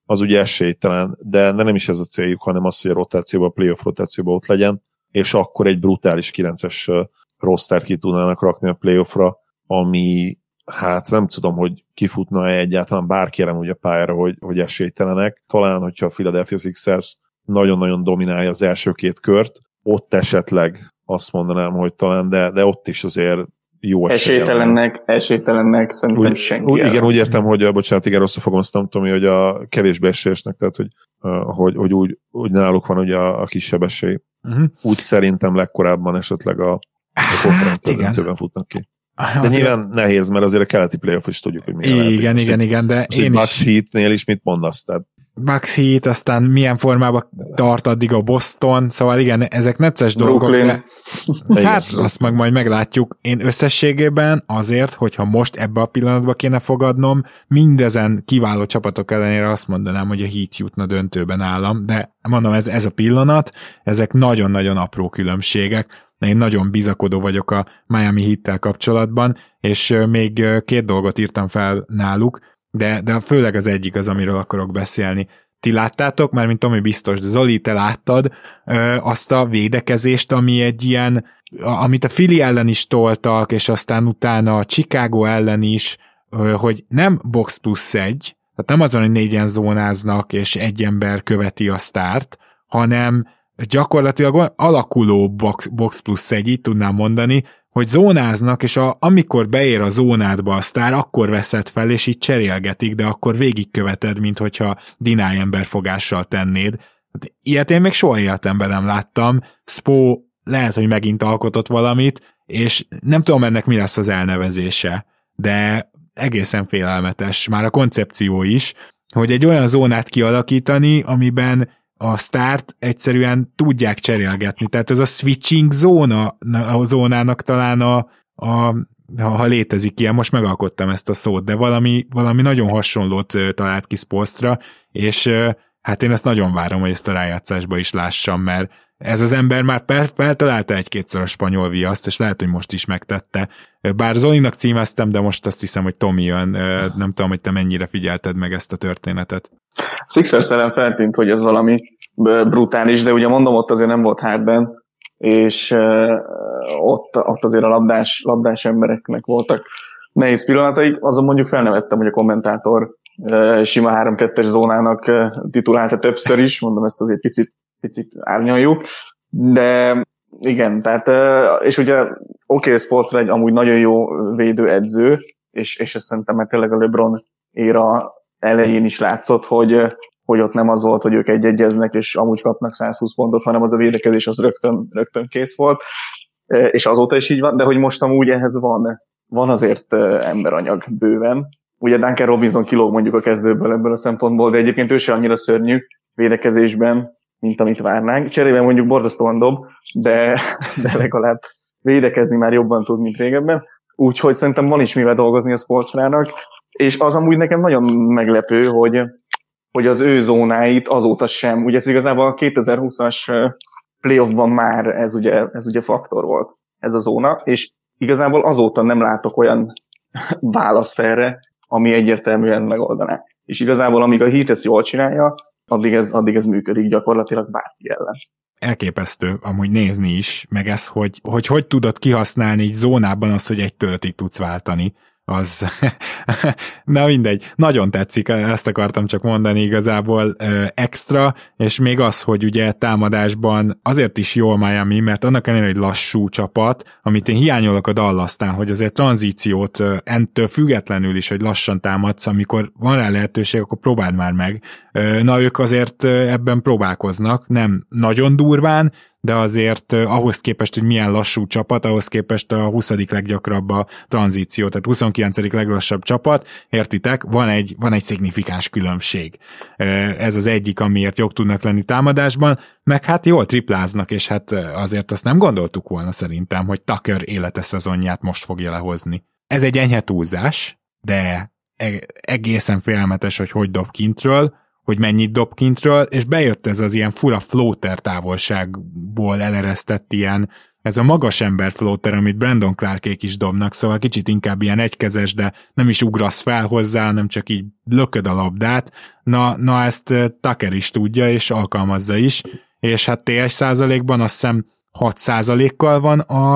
[SPEAKER 3] az ugye esélytelen, de nem is ez a céljuk, hanem az, hogy a rotációban, a playoff rotációban ott legyen, és akkor egy brutális kilences rostert ki tudnának rakni a playoffra, ami hát nem tudom, hogy kifutna-e egyáltalán bárki úgy a pályára, hogy, hogy esélytelenek. Talán, hogyha a Philadelphia Sixers nagyon-nagyon dominálja az első két kört, ott esetleg azt mondanám, hogy talán, de, de ott is azért jó
[SPEAKER 4] esélytelennek, esélytelennek szerintem úgy, senki.
[SPEAKER 3] Úgy, igen, úgy értem, hogy, a, bocsánat, igen, rosszul fogom azt Tomi, hogy a kevésbé esélyesnek, tehát hogy, hogy, hogy úgy, úgy náluk van ugye a, a kisebb esély. Uh-huh. Úgy szerintem legkorábban esetleg a, a konferencia döntőben futnak ki. De azért... nyilván nehéz, mert azért a keleti playoff is tudjuk, hogy milyen
[SPEAKER 2] igen,
[SPEAKER 3] lehet.
[SPEAKER 2] Igen, igen, igen, de
[SPEAKER 3] én is... Bucks Heat-nél is mit mondasz? Tehát...
[SPEAKER 2] Bucks Heat, aztán milyen formában tart addig a Boston, szóval igen, ezek necces dolgok. De... Hát azt meg majd meglátjuk. Én összességében azért, hogyha most ebbe a pillanatba kéne fogadnom, mindezen kiváló csapatok ellenére azt mondanám, hogy a Heat jutna döntőben állam, de mondom, ez, ez a pillanat, ezek nagyon-nagyon apró különbségek. Én nagyon bizakodó vagyok a Miami Heat-tel kapcsolatban, és még két dolgot írtam fel náluk, de, de főleg az egyik az, amiről akarok beszélni. Ti láttátok, már mint Tomi biztos, de Zoli, te láttad ö, azt a védekezést, ami egy ilyen, amit a Philly ellen is toltak, és aztán utána a Chicago ellen is, ö, hogy nem box plusz egy, tehát nem azon, hogy négyen zónáznak, és egy ember követi a sztárt, hanem gyakorlatilag alakuló box, box plusz egy, így tudnám mondani, hogy zónáznak, és a, amikor beér a zónádba a sztár, akkor veszed fel, és így cserélgetik, de akkor végigköveted, mint hogyha deny emberfogással tennéd. Ilyet én még soha életemben nem láttam. Spo lehet, hogy megint alkotott valamit, és nem tudom ennek mi lesz az elnevezése, de egészen félelmetes, már a koncepció is, hogy egy olyan zónát kialakítani, amiben a sztárt egyszerűen tudják cserélgetni. Tehát ez a switching zóna, a zónának talán a, a ha, ha létezik ilyen, most megalkottam ezt a szót, de valami, valami nagyon hasonlót talált ki Spoelstra, és hát én ezt nagyon várom, hogy ezt a rájátszásba is lássam, mert ez az ember már feltalálta egy-kétszer a spanyol viaszt, és lehet, hogy most is megtette. Bár Zolinak címeztem, de most azt hiszem, hogy Tomi jön. Nem tudom, hogy te mennyire figyelted meg ezt a történetet.
[SPEAKER 4] Sixers ellen feltűnt, hogy ez valami brutális, de ugye mondom, ott azért nem volt Harden, és ott, ott azért a labdás, labdás embereknek voltak nehéz pillanataik. Azon mondjuk felnevettem, hogy a kommentátor sima három kettes zónának titulálta többször is, mondom, ezt azért picit picit árnyaljuk, de igen, tehát, és ugye oké, okay, Spoelstra egy amúgy nagyon jó védőedző, és, és ezt szerintem már tényleg a LeBron éra elején is látszott, hogy, hogy ott nem az volt, hogy ők egy-egyeznek, és amúgy kapnak száz húsz pontot, hanem az a védekezés az rögtön, rögtön kész volt, és azóta is így van, de hogy most amúgy ehhez van, van azért emberanyag bőven. Ugye Duncan Robinson kilóg mondjuk a kezdőből ebből a szempontból, de egyébként ő se annyira szörnyű védekezésben, mint amit várnánk. Cserében mondjuk borzasztóan dob, de, de legalább védekezni már jobban tud, mint régebben. Úgyhogy szerintem van is mivel dolgozni a Spoelstrának, és az amúgy nekem nagyon meglepő, hogy, hogy az ő zónáit azóta sem, ugye ez igazából a kétezer-húszas playoffban már ez ugye, ez ugye faktor volt, ez a zóna, és igazából azóta nem látok olyan választ erre, ami egyértelműen megoldaná. És igazából amíg a Heat ezt jól csinálja, addig ez, addig ez működik gyakorlatilag bárki ellen.
[SPEAKER 2] Elképesztő amúgy nézni is, meg ez, hogy hogy, hogy tudod kihasználni egy zónában az, hogy egy töltig tudsz váltani. Az, na mindegy, nagyon tetszik, ezt akartam csak mondani igazából ö, extra, és még az, hogy ugye támadásban azért is jól Miami, mert annak ellenére, hogy lassú csapat, amit én hiányolok a Dallasnál, hogy azért tranzíciót ö, entől függetlenül is, hogy lassan támadsz, amikor van rá lehetőség, akkor próbáld már meg. Ö, na ők azért ö, ebben próbálkoznak, nem nagyon durván, de azért eh, ahhoz képest, hogy milyen lassú csapat, ahhoz képest a huszadik leggyakrabb a tranzíció, tehát huszonkilencedik leglassabb csapat, értitek, van egy, van egy szignifikáns különbség. Eh, ez az egyik, amiért jók tudnak lenni támadásban, meg hát jól tripláznak, és hát azért azt nem gondoltuk volna szerintem, hogy Tucker élete szezonját most fogja lehozni. Ez egy enyhe túlzás, de egészen félelmetes, hogy hogy dob kintről, hogy mennyit dob kintről, és bejött ez az ilyen fura floater távolság ból eleresztett ilyen, ez a magas ember floater, amit Brandon Clarkék is dobnak, szóval kicsit inkább ilyen egykezes, de nem is ugrasz fel hozzá, hanem csak így lököd a labdát. Na, na ezt Tucker is tudja, és alkalmazza is, és hát té es százalékban azt hiszem hat százalékkal van a,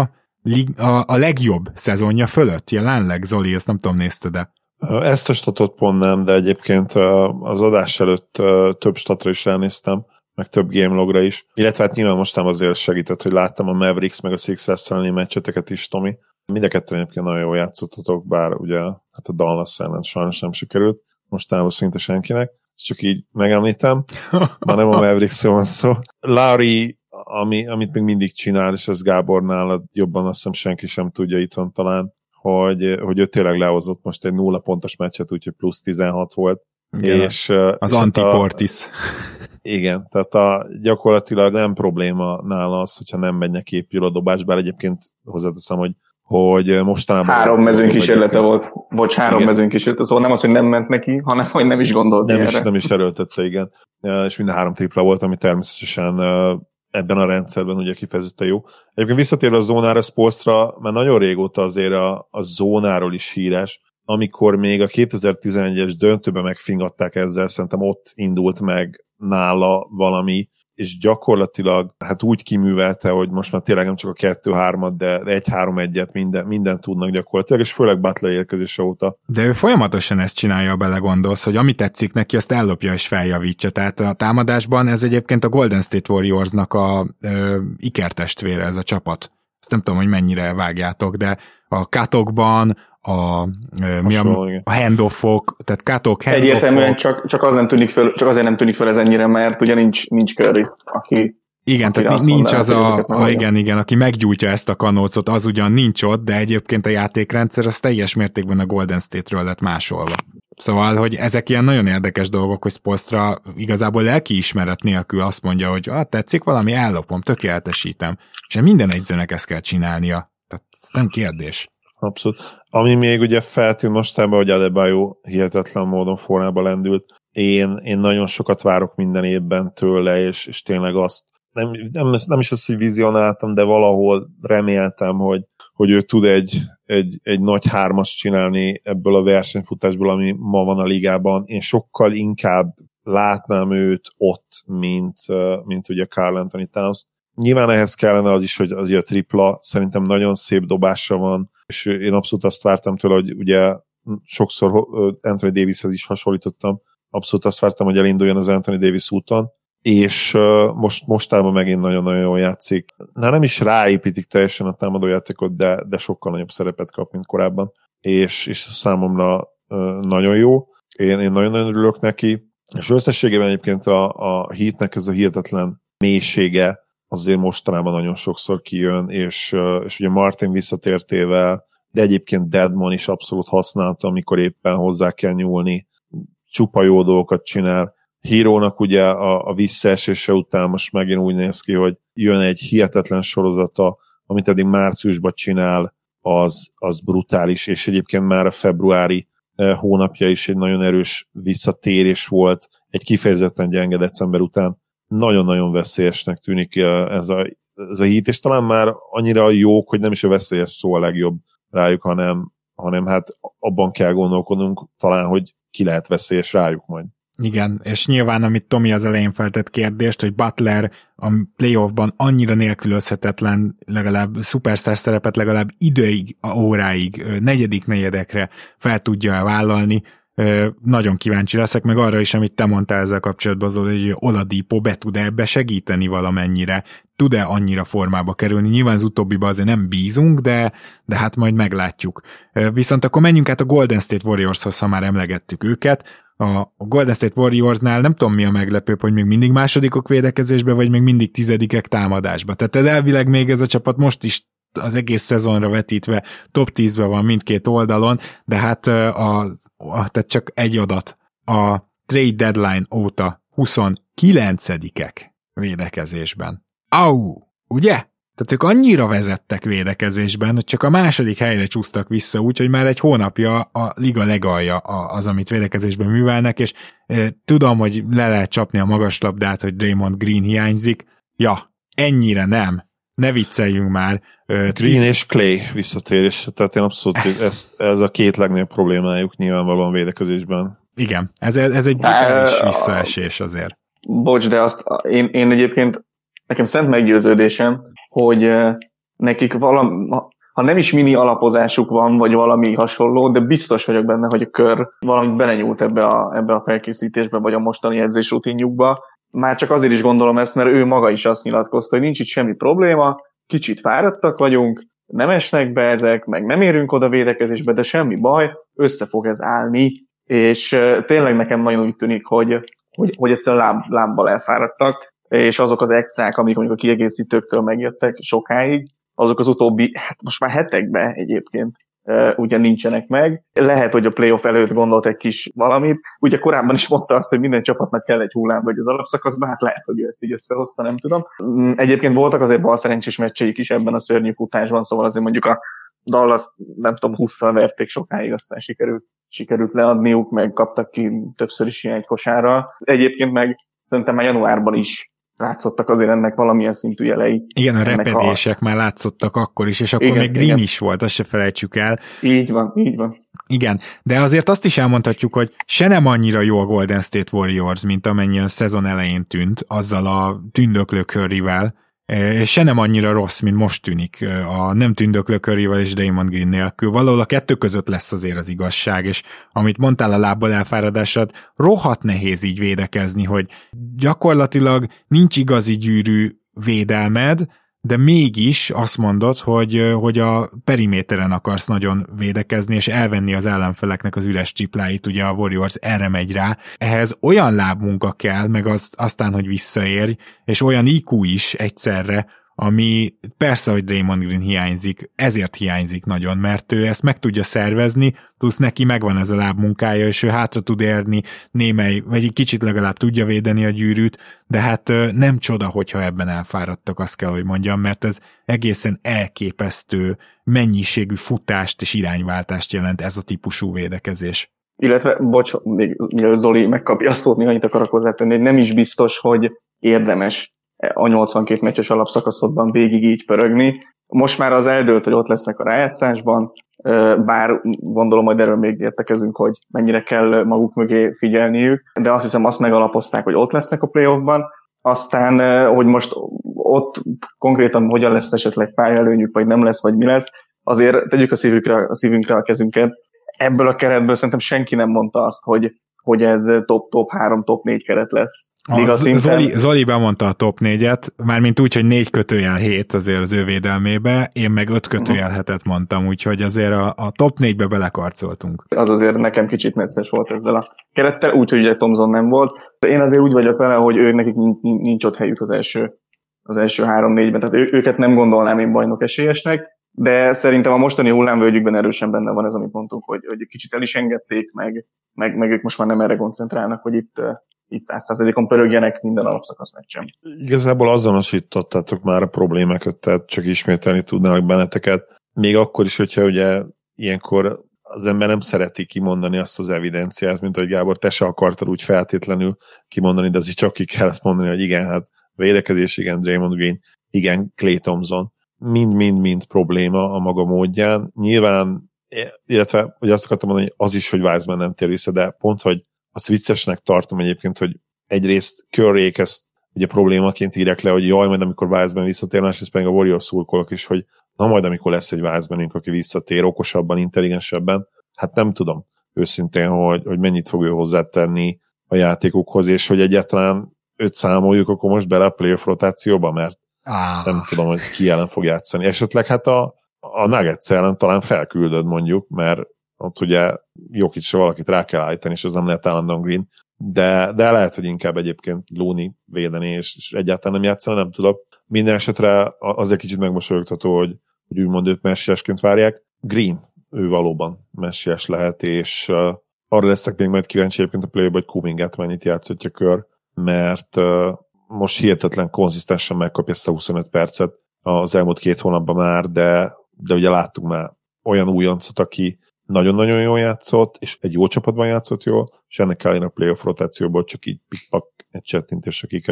[SPEAKER 2] a, a legjobb szezonja fölött jelenleg. Zoli, ezt nem tudom, nézted de.
[SPEAKER 3] Ezt a statot pont nem, de egyébként az adás előtt több statra is elnéztem, meg több game logra is, illetve hát nyilván mostan azért segített, hogy láttam a Mavericks meg a Sixers elleni meccseteket is, Tomi. Mind a ketten egyébként nagyon jól játszottatok, bár ugye hát a Dallas ellen sajnos nem sikerült, mostanában szinte senkinek, csak így megemlítem, már nem a Mavericks-ről van szó. Lowry, ami, amit még mindig csinál, és ez Gábornál jobban azt hiszem senki sem tudja itthon talán, hogy, hogy ő tényleg lehozott most egy nulla pontos meccset, úgyhogy plusz tizenhat volt.
[SPEAKER 2] Igen, és, az Antiportis.
[SPEAKER 3] Igen, tehát a, gyakorlatilag nem probléma nála az, hogyha nem megy neki épül a dobás, bár egyébként hozzáteszem, hogy, hogy mostanában...
[SPEAKER 4] Három mezőnykísérlete volt, vagy három igen. mezőnykísérlete, szóval nem az, hogy nem ment neki, hanem hogy nem is gondolt
[SPEAKER 3] nem is, nem is erőltette, igen. És mind a három tripla volt, ami természetesen ebben a rendszerben ugye kifejezetten jó. Egyébként visszatérve a zónára, Spoelstra, már nagyon régóta azért a, a zónáról is híres, amikor még a kétezer-tizenegyes döntőben megfingatták ezzel, szerintem ott indult meg nála valami, és gyakorlatilag hát úgy kiművelte, hogy most már tényleg nem csak a kettő-hármat, de egy-három-egyet minden, mindent tudnak gyakorlatilag, és főleg Butler érkezése óta.
[SPEAKER 2] De ő folyamatosan ezt csinálja, belegondolsz, hogy ami tetszik neki, azt ellopja és feljavítja. Tehát a támadásban ez egyébként a Golden State Warriorsnak a ö, ikertestvére ez a csapat. Ezt nem tudom, hogy mennyire vágjátok, de a katokban, a, mi a, a handoffok, tehát katok, handoffok.
[SPEAKER 4] Egyértelműen csak, csak, az nem tűnik föl, csak azért nem tűnik föl ez ennyire, mert ugye nincs, nincs Curry, aki...
[SPEAKER 2] Igen, tehát nincs az a, a igen, igen, aki meggyújtja ezt a kanócot, az ugyan nincs ott, de egyébként a játékrendszer az teljes mértékben a Golden State-ről lett másolva. Szóval, hogy ezek ilyen nagyon érdekes dolgok, hogy Spoelstra igazából lelkiismeret nélkül azt mondja, hogy ah, tetszik valami, ellopom, tökéletesítem. És minden egyzőnek ezt kell csinálnia. Tehát ez nem kérdés.
[SPEAKER 3] Abszolút. Ami még ugye feltűnt mostában, hogy Adebayo hihetetlen módon formába lendült. Én, én nagyon sokat várok minden évben tőle, és, és tényleg azt nem, nem, nem is azt, hogy vizionáltam, de valahol reméltem, hogy, hogy ő tud egy, egy, egy nagy hármas csinálni ebből a versenyfutásból, ami ma van a ligában. Én sokkal inkább látnám őt ott, mint, mint ugye Karl Anthony Towns. Nyilván ehhez kellene az is, hogy az a tripla szerintem nagyon szép dobása van, és én abszolút azt vártam tőle, hogy ugye sokszor Anthony Davishez is hasonlítottam, abszolút azt vártam, hogy elinduljon az Anthony Davis úton, és most mostában megint nagyon-nagyon jól játszik. Na, nem is ráépítik teljesen a támadójátékot, de, de sokkal nagyobb szerepet kap, mint korábban, és, és számomra nagyon jó. Én, én nagyon-nagyon örülök neki, és összességében egyébként a, a Heatnek ez a hihetetlen mélysége azért mostanában nagyon sokszor kijön, és, és ugye Martin visszatértével, de egyébként Dedmon is abszolút használta, amikor éppen hozzá kell nyúlni, csupa jó dolgokat csinál. Hírónak ugye a, a visszaesése után most megint úgy néz ki, hogy jön egy hihetetlen sorozata, amit eddig márciusban csinál, az, az brutális, és egyébként már a februári hónapja is egy nagyon erős visszatérés volt, egy kifejezetten gyenge december után. Nagyon-nagyon veszélyesnek tűnik ez a, ez a Heat, és talán már annyira jók, hogy nem is a veszélyes szó a legjobb rájuk, hanem, hanem hát abban kell gondolkodnunk talán, hogy ki lehet veszélyes rájuk majd.
[SPEAKER 2] Igen, és nyilván, amit Tomi az elején feltett kérdést, hogy Butler a playoffban annyira nélkülözhetetlen, legalább szupersztár szerepet legalább időig, óráig, negyedik negyedekre fel tudja vállalni. Nagyon kíváncsi leszek, meg arra is, amit te mondtál ezzel kapcsolatban, az, hogy Oladipo be tud-e ebbe segíteni valamennyire, tud-e annyira formába kerülni. Nyilván az utóbbiba azért nem bízunk, de, de hát majd meglátjuk. Viszont akkor menjünk át a Golden State Warriorshoz, ha már emlegettük őket. A Golden State Warriorsnál nem tudom, mi a meglepőbb, hogy még mindig másodikok védekezésbe, vagy még mindig tizedikek támadásba. Tehát elvileg még ez a csapat most is az egész szezonra vetítve top tízben van mindkét oldalon, de hát a, a, tehát csak egy adat. A trade deadline óta huszonkilencedikek védekezésben. Au! Ugye? Tehát ők annyira vezettek védekezésben, hogy csak a második helyre csúsztak vissza, úgyhogy már egy hónapja a liga legalja az, amit védekezésben művelnek, és e, tudom, hogy le lehet csapni a magaslabdát, hogy Draymond Green hiányzik. Ja, ennyire nem. Ne vicceljünk már.
[SPEAKER 3] Green Tiz... és Clay visszatérés, tehát én abszolút ez, ez a két legnagyobb problémájuk nyilvánvalóan védekezésben.
[SPEAKER 2] Igen, ez, ez egy brutális visszaesés azért.
[SPEAKER 4] Bocs, de azt én, én egyébként nekem szent meggyőződésem, hogy nekik valami, ha nem is mini alapozásuk van, vagy valami hasonló, de biztos vagyok benne, hogy a kör valamit belenyúlt ebbe a, ebbe a felkészítésbe, vagy a mostani edzés rutinjukba. Már csak azért is gondolom ezt, mert ő maga is azt nyilatkozta, hogy nincs itt semmi probléma, kicsit fáradtak vagyunk, nem esnek be ezek, meg nem érünk oda védekezésbe, de semmi baj, össze fog ez állni, és tényleg nekem nagyon úgy tűnik, hogy, hogy, hogy egyszerűen láb, lábbal elfáradtak, és azok az extrák, amik mondjuk a kiegészítőktől megjöttek sokáig, azok az utóbbi, hát most már hetekben egyébként ugye nincsenek meg. Lehet, hogy a playoff előtt gondolt egy kis valamit. Ugye korábban is mondta azt, hogy minden csapatnak kell egy hullám, vagy az alapszakaszban, hát lehet, hogy ő ezt így összehozta, nem tudom. Egyébként voltak azért balszerencsés meccseik is ebben a szörnyű futásban, szóval azért mondjuk a Dallas, nem tudom, hússzal verték sokáig, aztán sikerült, sikerült leadniuk, meg kaptak ki többször is ilyen egy kosárral. Egyébként meg szerintem már januárban is látszottak azért ennek valamilyen szintű jelei.
[SPEAKER 2] Igen, a repedések a... már látszottak akkor is, és akkor igen, még Green igen. is volt, azt se felejtsük el.
[SPEAKER 4] Így van, így van.
[SPEAKER 2] Igen, de azért azt is elmondhatjuk, hogy se nem annyira jó a Golden State Warriors, mint amennyien szezon elején tűnt, azzal a tündöklő Curryvel, és se nem annyira rossz, mint most tűnik a nem tündöklő Curryvel és Draymond Green nélkül. Valahol a kettő között lesz azért az igazság, és amit mondtál a lábbal elfáradásod, rohadt nehéz így védekezni, hogy gyakorlatilag nincs igazi gyűrű védelmed, de mégis azt mondod, hogy, hogy a periméteren akarsz nagyon védekezni, és elvenni az ellenfeleknek az üres tripláit, ugye a Warriors erre megy rá. Ehhez olyan lábmunka kell, meg azt, aztán, hogy visszaérj, és olyan í kú is egyszerre, ami persze, hogy Draymond Green hiányzik, ezért hiányzik nagyon, mert ő ezt meg tudja szervezni, plusz neki megvan ez a lábmunkája, és ő hátra tud érni némely, vagy egy kicsit legalább tudja védeni a gyűrűt, de hát nem csoda, hogyha ebben elfáradtak, azt kell, hogy mondjam, mert ez egészen elképesztő mennyiségű futást és irányváltást jelent ez a típusú védekezés.
[SPEAKER 4] Illetve, bocs, még Zoli megkapja a szót, még annyit akarok hozzátenni, hogy nem is biztos, hogy érdemes a nyolcvankét meccses alapszakaszodban végig így pörögni. Most már az eldőlt, hogy ott lesznek a rájátszásban, bár gondolom, hogy erről még értekezünk, hogy mennyire kell maguk mögé figyelniük, de azt hiszem azt megalapozták, hogy ott lesznek a playoffban, aztán, hogy most ott konkrétan hogyan lesz esetleg pályaelőnyük, vagy nem lesz, vagy mi lesz, azért tegyük a szívünkre, a szívünkre a kezünket. Ebből a keretből szerintem senki nem mondta azt, hogy hogy ez top-top három, top négy keret lesz.
[SPEAKER 2] A szinten... Zoli, Zoli bemondta a top négyet, mármint úgy, hogy négy kötőjel hét azért az ő védelmébe, én meg öt kötőjel hetet mondtam, úgyhogy azért a, a top négybe belekarcoltunk.
[SPEAKER 4] Az azért nekem kicsit necces volt ezzel a kerettel, úgyhogy ugye Thompson nem volt. Én azért úgy vagyok vele, hogy ők nekik nincs, nincs ott helyük az első, az első három-négyben, tehát ő, őket nem gondolnám én bajnok esélyesnek, de szerintem a mostani hullámvölgyükben erősen benne van ez, amit mondtunk, hogy, hogy kicsit el is engedték, meg, meg, meg ők most már nem erre koncentrálnak, hogy itt, itt száz százalékon pörögjenek minden alapszakasz meccsen.
[SPEAKER 3] Igazából azonosítottátok már a problémákat, tehát csak ismételni tudnának benneteket. Még akkor is, hogyha ugye ilyenkor az ember nem szereti kimondani azt az evidenciát, mint ahogy Gábor, te se akartad úgy feltétlenül kimondani, de azért csak ki kellett mondani, hogy igen, hát védekezés, igen, Draymond Green, igen, Klay Thompson. mind-mind-mind probléma a maga módján. Nyilván, illetve hogy azt akartam mondani, hogy az is, hogy Wiseman nem tér vissza, de pont, hogy azt viccesnek tartom egyébként, hogy egyrészt Curryék ezt ugye problémaként írják le, hogy jaj, majd amikor Wiseman visszatér, másrészt pedig a Warriors szurkolók is, hogy na majd amikor lesz egy Wisemanünk, aki visszatér okosabban, intelligensebben, hát nem tudom őszintén, hogy, hogy mennyit fog ő hozzátenni a játékukhoz, és hogy egyáltalán őt számoljuk akkor most bele a playoff rotációba, mert Ah. nem tudom, hogy ki ellen fog játszani. Esetleg hát a, a Nuggets ellen talán felküldöd mondjuk, mert ott ugye Jokic-ra valakit rá kell állítani, és az nem lehet állandóan Green, de, de lehet, hogy inkább egyébként Looney védeni, és, és egyáltalán nem játszani, nem tudok. Minden esetre azért kicsit megmosolyogtató, hogy, hogy úgymond őt messiásként várják. Green, ő valóban messiás lehet, és uh, arra leszek még majd kíváncsi egyébként a play-ba, hogy Kumingat mennyit játszhatja kör, mert uh, most hihetetlen konzisztensen megkapja ezt a huszonöt percet az elmúlt két hónapban már, de, de ugye láttuk már olyan újoncot, aki nagyon-nagyon jól játszott, és egy jó csapatban játszott jól, és ennek ellenére a playoff rotációból csak így pikpak egy csettintésre kikerült.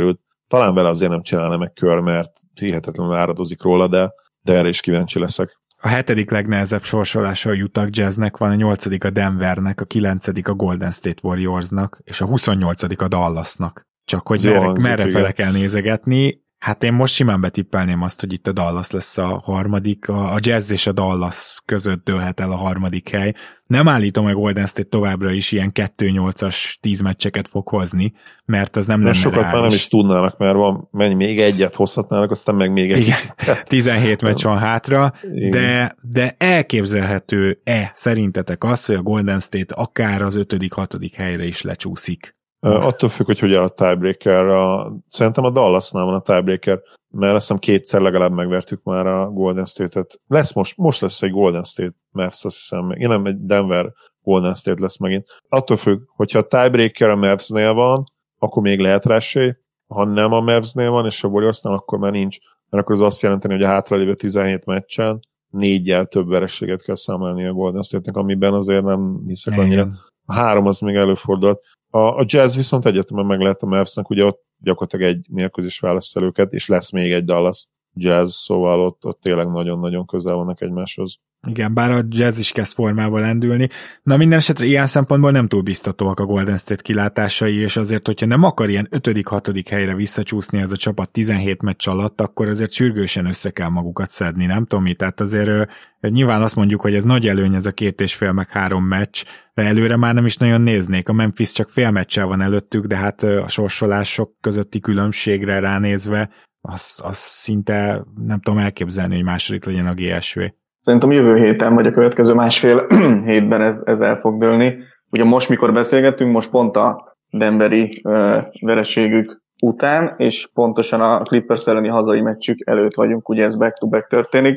[SPEAKER 3] talán vele azért nem csinálna meg kör, mert hihetetlenül áradozik róla, de, de erre is kíváncsi leszek.
[SPEAKER 2] A hetedik legnehezebb sorsolása a Utah Jazznek van, a nyolcadik a Denvernek, a kilencedik a Golden State Warriorsnak, és a huszonnyolcadik a Dallasnak. Csak hogy merre, hangzik, merre fele kell nézegetni. Hát én most simán betippelném azt, hogy itt a Dallas lesz a harmadik, a Jazz és a Dallas között dőlhet el a harmadik hely. Nem állítom, hogy Golden State továbbra is ilyen kettő nyolcas tíz meccseket fog hozni, mert az nem lenne
[SPEAKER 3] sokat már nem is tudnának, mert van, mennyi, még egyet hozhatnának, aztán meg még egy kicsit.
[SPEAKER 2] tizenhét meccs van hátra, de, de elképzelhető-e szerintetek az, hogy a Golden State akár az ötödik, hatodik helyre is lecsúszik?
[SPEAKER 3] Uh, attól függ, hogy hogy áll a tiebreaker. A, szerintem a Dallasnál van a tiebreaker, mert azt hiszem kétszer legalább megvertük már a Golden State-et. Lesz most, most lesz egy Golden State Mavs, azt hiszem. Én nem, egy Denver Golden State lesz megint. Attól függ, hogyha a tiebreaker a Mavsnél van, akkor még lehet rá esély. Ha nem a Mavsnél van, és a Warriorsnál, akkor már nincs. Mert akkor az azt jelenteni, hogy a hátralévő tizenhét meccsen négyel több vereséget kell számolni a Golden State-nek, amiben azért nem hiszek annyira. A három az még előfordult. A, a Jazz viszont egyetemen meg lehet a Mavsnek, ugye ott gyakorlatilag egy mérkőzés választ el őket, és lesz még egy Dallas Jazz, szóval ott, ott tényleg nagyon-nagyon közel vannak egymáshoz.
[SPEAKER 2] Igen, bár a Jazz is kezd formába lendülni. Na minden esetre ilyen szempontból nem túl biztatóak a Golden State kilátásai, és azért, hogyha nem akar ilyen ötödik-hatodik helyre visszacsúszni ez a csapat tizenhét meccs alatt, akkor azért sürgősen össze kell magukat szedni, nem Tomi? Tehát azért nyilván azt mondjuk, hogy ez nagy előny ez a két és fél meg három meccs, de előre már nem is nagyon néznék. A Memphis csak fél meccsel van előttük, de hát a sorsolások közötti különbségre ránézve az, az szinte nem tudom elképzelni, hogy második legyen a gé es vé.
[SPEAKER 4] Szerintem jövő héten, vagy a következő másfél hétben ez, ez el fog dőlni. Ugye most, mikor beszélgetünk, most pont a denveri uh, vereségük után, és pontosan a Clippers elleni hazai meccsük előtt vagyunk, ugye ez back-to-back történik,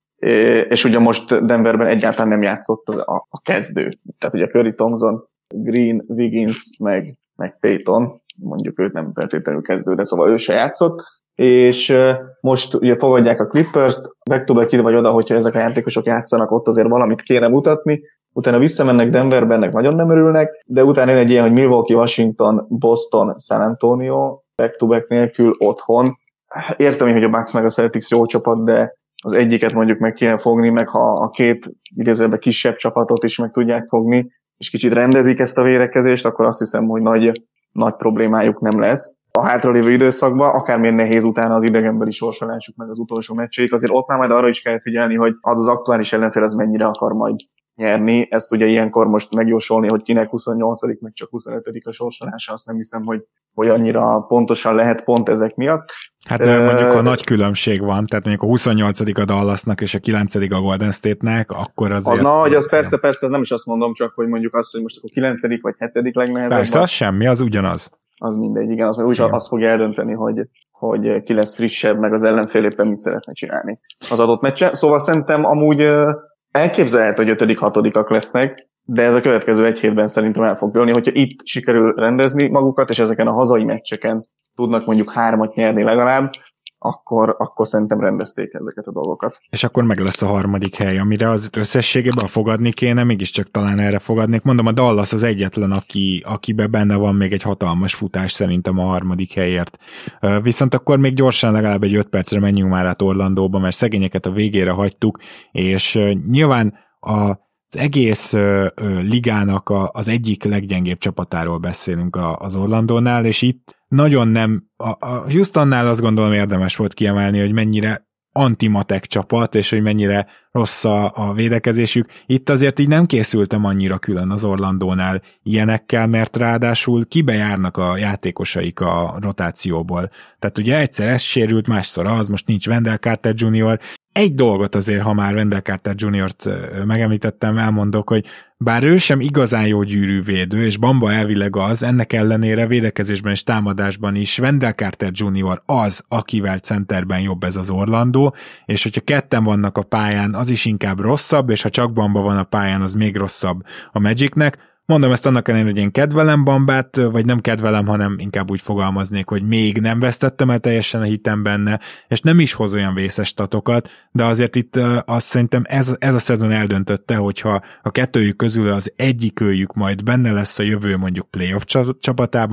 [SPEAKER 4] és ugye most Denverben egyáltalán nem játszott a, a kezdő. Tehát ugye Curry, Thompson, Green, Wiggins, meg, meg Payton, mondjuk őt nem feltétlenül kezdő, de szóval ő se játszott, és most ugye fogadják a Clippers-t, back-to-back ide vagy oda, hogyha ezek a játékosok játszanak, ott azért valamit kéne mutatni, utána visszamennek Denverbe, ennek nagyon nem örülnek, de utána jön egy ilyen, hogy Milwaukee, Washington, Boston, San Antonio, back-to-back nélkül otthon. Értem, hogy a Bucks meg a Celtics jó csapat, de az egyiket mondjuk meg kéne fogni, meg ha a két idézőben kisebb csapatot is meg tudják fogni, és kicsit rendezik ezt a védekezést, akkor azt hiszem, hogy nagy, nagy problémájuk nem lesz. A hátralévő időszakban, akármilyen nehéz utána az idegenbeli sorsolásuk, meg az utolsó meccsék, azért ott már majd arra is kell figyelni, hogy az az aktuális ellenfél az mennyire akar majd nyerni. Ezt ugye ilyenkor most megjósolni, hogy kinek huszonnyolcadik meg csak huszonötödik a sorsolása, azt nem hiszem, hogy, hogy annyira pontosan lehet pont ezek miatt.
[SPEAKER 2] Hát de mondjuk a nagy különbség van, tehát mondjuk a huszonnyolcadik a Dallasnak és a kilencedik a Golden State-nek, akkor azért...
[SPEAKER 4] Az nagy, az persze, persze, az nem is azt mondom, csak hogy mondjuk azt, hogy most akkor kilencedik vagy hetedik legnehezebb.
[SPEAKER 2] Persze, van. Az semmi, az ugyanaz.
[SPEAKER 4] Az mindegy, igen, az úgy igen. Azt fogja eldönteni, hogy, hogy ki lesz frissebb, meg az ellenfél éppen mit szeretne csinálni az adott meccsen. Szóval szerintem amúgy elképzelhető, hogy ötödik, hatodikak lesznek, de ez a következő egy hétben szerintem el fog dőlni, hogyha itt sikerül rendezni magukat, és ezeken a hazai meccseken tudnak mondjuk hármat nyerni legalább, akkor, akkor szerintem rendezték ezeket a dolgokat.
[SPEAKER 2] És akkor meg lesz a harmadik hely, amire az összességében fogadni kéne, mégiscsak talán erre fogadnék. Mondom, a Dallas az egyetlen, aki, akiben benne van még egy hatalmas futás szerintem a harmadik helyért. Viszont akkor még gyorsan legalább egy öt percre menjünk már át Orlandóba, mert szegényeket a végére hagytuk, és nyilván a az egész ö, ö, ligának a, az egyik leggyengébb csapatáról beszélünk a, az Orlandónál, és itt nagyon nem, a, a Houstonnál azt gondolom érdemes volt kiemelni, hogy mennyire antimatek csapat, és hogy mennyire rossz a, a védekezésük. Itt azért így nem készültem annyira külön az Orlandónál ilyenekkel, mert ráadásul kibejárnak a játékosaik a rotációból. Tehát ugye egyszer ez sérült, másszor az, most nincs Wendell Carter junior Egy dolgot azért, ha már Wendell Carter juniort megemlítettem, elmondok, hogy bár ő sem igazán jó gyűrűvédő, és Bamba elvileg az, ennek ellenére védekezésben és támadásban is Wendell Carter junior az, akivel centerben jobb ez az Orlandó, és hogyha ketten vannak a pályán, az is inkább rosszabb, és ha csak Bamba van a pályán, az még rosszabb a Magicnek. Mondom ezt annak ellenére, hogy én kedvelem Bambát, vagy nem kedvelem, hanem inkább úgy fogalmaznék, hogy még nem vesztettem el teljesen a hitem benne, és nem is hoz olyan vészes statokat, de azért itt azt szerintem ez, ez a szezon eldöntötte, hogyha a kettőjük közül az egyikőjük majd benne lesz a jövő mondjuk playoff csapatában,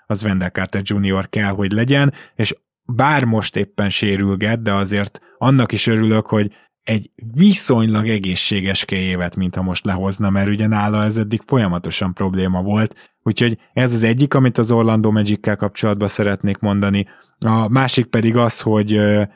[SPEAKER 2] az Wendell Carter junior kell, hogy legyen, és bár most éppen sérülget, de azért annak is örülök, hogy egy viszonylag egészséges évet, mintha most lehozna, mert ugye nála ez eddig folyamatosan probléma volt, úgyhogy ez az egyik, amit az Orlando Magic-kel kapcsolatban szeretnék mondani. A másik pedig az, hogy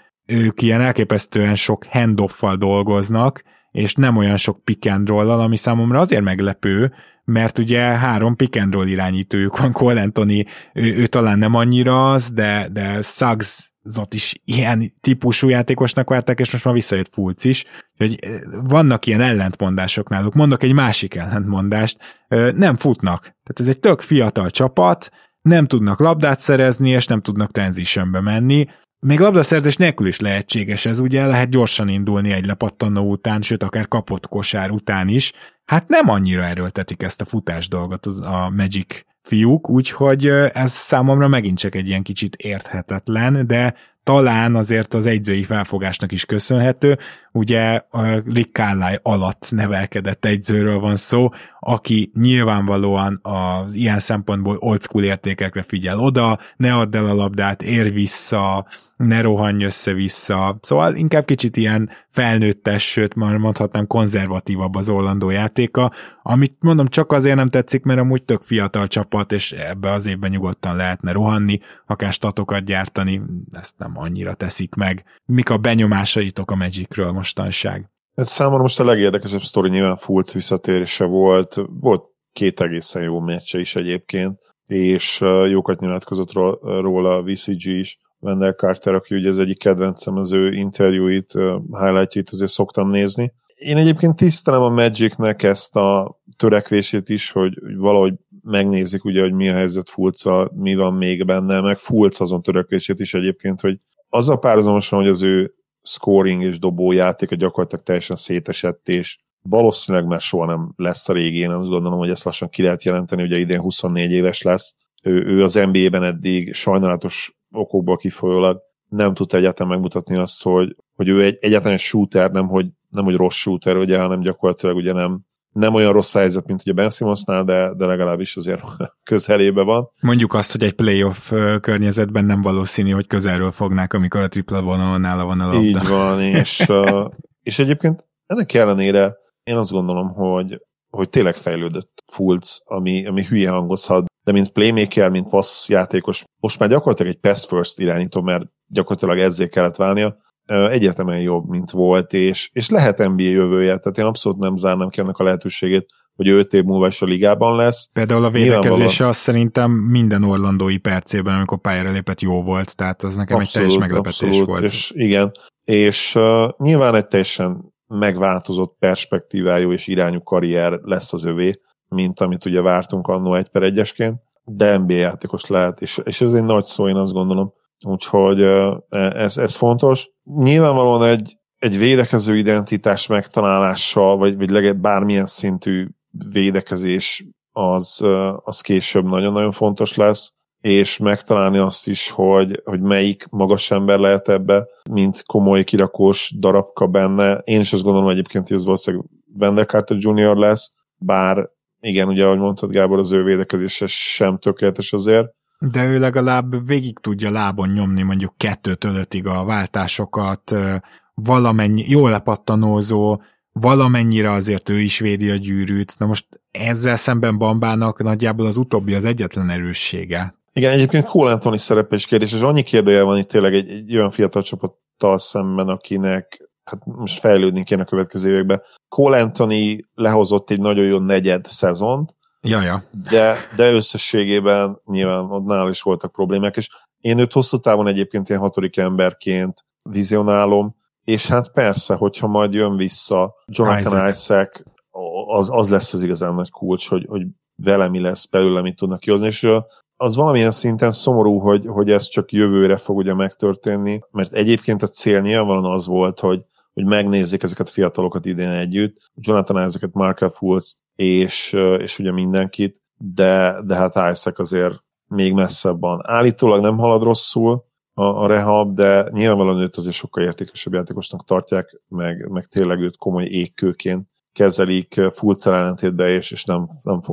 [SPEAKER 2] ők ilyen elképesztően sok handoff-val dolgoznak, és nem olyan sok pick and roll-al, ami számomra azért meglepő, mert ugye három pick and roll irányítójuk van, Cole Anthony, ő, ő talán nem annyira az, de, de Suggs-ot is ilyen típusú játékosnak várták, és most már visszajött Fultz is, hogy vannak ilyen ellentmondások náluk. Mondok egy másik ellentmondást, nem futnak. Tehát ez egy tök fiatal csapat, nem tudnak labdát szerezni, és nem tudnak transitionbe menni. Még labdaszerzés nélkül is lehetséges ez, ugye lehet gyorsan indulni egy lepattanó után, sőt akár kapott kosár után is. Hát nem annyira erőltetik ezt a futás dolgot a Magic fiúk, úgyhogy ez számomra megint csak egy ilyen kicsit érthetetlen, de talán azért az egyzői felfogásnak is köszönhető. Ugye a Rick Carlisle alatt nevelkedett egyzőről van szó, aki nyilvánvalóan az ilyen szempontból old school értékekre figyel oda, ne add el a labdát, ér vissza, ne rohanj össze-vissza, szóval inkább kicsit ilyen felnőttes, sőt már mondhatnám konzervatívabb az Orlando játéka, amit mondom csak azért nem tetszik, mert amúgy tök fiatal csapat, és ebbe az évben nyugodtan lehetne rohanni, akár statokat gyártani, ezt nem annyira teszik meg. Mik a benyomásaitok a Magicről mostanság?
[SPEAKER 3] Ez számomra most a legérdekesebb sztori nyilván Fultz visszatérése volt, volt két egészen jó meccse is egyébként, és jókat nyilatkozott róla a vé cé gé is, Wendell Carter, aki ugye az egyik kedvencem, az ő interjúit, highlightjait azért szoktam nézni. Én egyébként tisztelem a Magicnek ezt a törekvését is, hogy valahogy megnézik ugye, hogy mi a helyzet Fultz-al, mi van még benne, meg Fultz azon törekvését is egyébként, hogy azzal párhuzamosan, hogy az ő scoring és dobó játéka gyakorlatilag teljesen szétesett, és valószínűleg már soha nem lesz a régi, én azt gondolom, hogy ezt lassan ki lehet jelenteni, ugye idén huszonnégy éves lesz. Ő, ő az en bé á-ben eddig sajnálatos okokból kifolyólag nem tudta egyáltalán megmutatni azt, hogy, hogy ő egy, egyáltalán egy shooter, nem hogy, nem hogy rossz shooter, ugye, hanem gyakorlatilag ugye nem, nem olyan rossz helyzet, mint ugye Ben Simmonsnál, de, de legalábbis azért közelébe van.
[SPEAKER 2] Mondjuk azt, hogy egy playoff környezetben nem valószínű, hogy közelről fognák, amikor a tripla vonalon nála van a labda.
[SPEAKER 3] Így van, és, és egyébként ennek ellenére én azt gondolom, hogy, hogy tényleg fejlődött Fultz, ami, ami hülye hangozhat, de mint playmaker, mint passz játékos, most már gyakorlatilag egy pass first irányító, mert gyakorlatilag ezzé kellett válnia, egyértelműen jobb, mint volt, és, és lehet en bé á jövője, tehát én abszolút nem zárnám ki annak a lehetőségét, hogy öt év múlva is a ligában lesz.
[SPEAKER 2] Például a védekezése az szerintem minden orlandói percében, amikor pályára lépett, jó volt, tehát az nekem abszolút, egy teljes meglepetés abszolút, volt.
[SPEAKER 3] És igen, és uh, nyilván egy teljesen megváltozott perspektívájú és irányú karrier lesz az övé, mint amit ugye vártunk annó egy per egyesként, de en bé á játékos lehet, és, és ez egy nagy szó, én azt gondolom. Úgyhogy ez, ez fontos. Nyilvánvalóan egy, egy védekező identitás megtalálással, vagy, vagy legalább bármilyen szintű védekezés az, az később nagyon-nagyon fontos lesz, és megtalálni azt is, hogy, hogy melyik magas ember lehet ebbe, mint komoly kirakós darabka benne. Én is azt gondolom egyébként, hogy ez valószínűleg Wendell Carter junior lesz, bár igen, ugye ahogy mondtad Gábor, az ő védekezése sem tökéletes azért.
[SPEAKER 2] De ő legalább végig tudja lábon nyomni mondjuk kettőt ötötig a váltásokat, valamennyi, jól lepattanózó, valamennyire azért ő is védi a gyűrűt. Na most ezzel szemben Bambának nagyjából az utóbbi az egyetlen erőssége. Igen,
[SPEAKER 3] egyébként Cole Anthony szerepe is kérdés, és annyi kérdője van itt tényleg egy, egy olyan fiatal csapattal szemben, akinek hát most fejlődni kéne a következő években. Cole Anthony lehozott egy nagyon jó negyed szezont,
[SPEAKER 2] Jaja.
[SPEAKER 3] De, de összességében nyilván ott nála is voltak problémák, és én őt hosszú távon egyébként ilyen hatodik emberként vizionálom, és hát persze, hogyha majd jön vissza Jonathan Isaac, Isaac az, az lesz az igazán nagy kulcs, hogy, hogy vele mi lesz, belőle mit tudnak kihozni, és az valamilyen szinten szomorú, hogy, hogy ez csak jövőre fog ugye megtörténni, mert egyébként a cél nyilvánvalóan az volt, hogy, hogy megnézzék ezeket a fiatalokat idén együtt, Jonathan Isaac-et, Markelle Fultz, és, és ugye mindenkit, de, de hát Isaac azért még messzebb van. Állítólag nem halad rosszul a, a rehab, de nyilvánvalóan őt azért sokkal értékesebb játékosnak tartják, meg, meg tényleg őt komoly égkőként kezelik Fultz ellentétben, és, és nem, nem fognak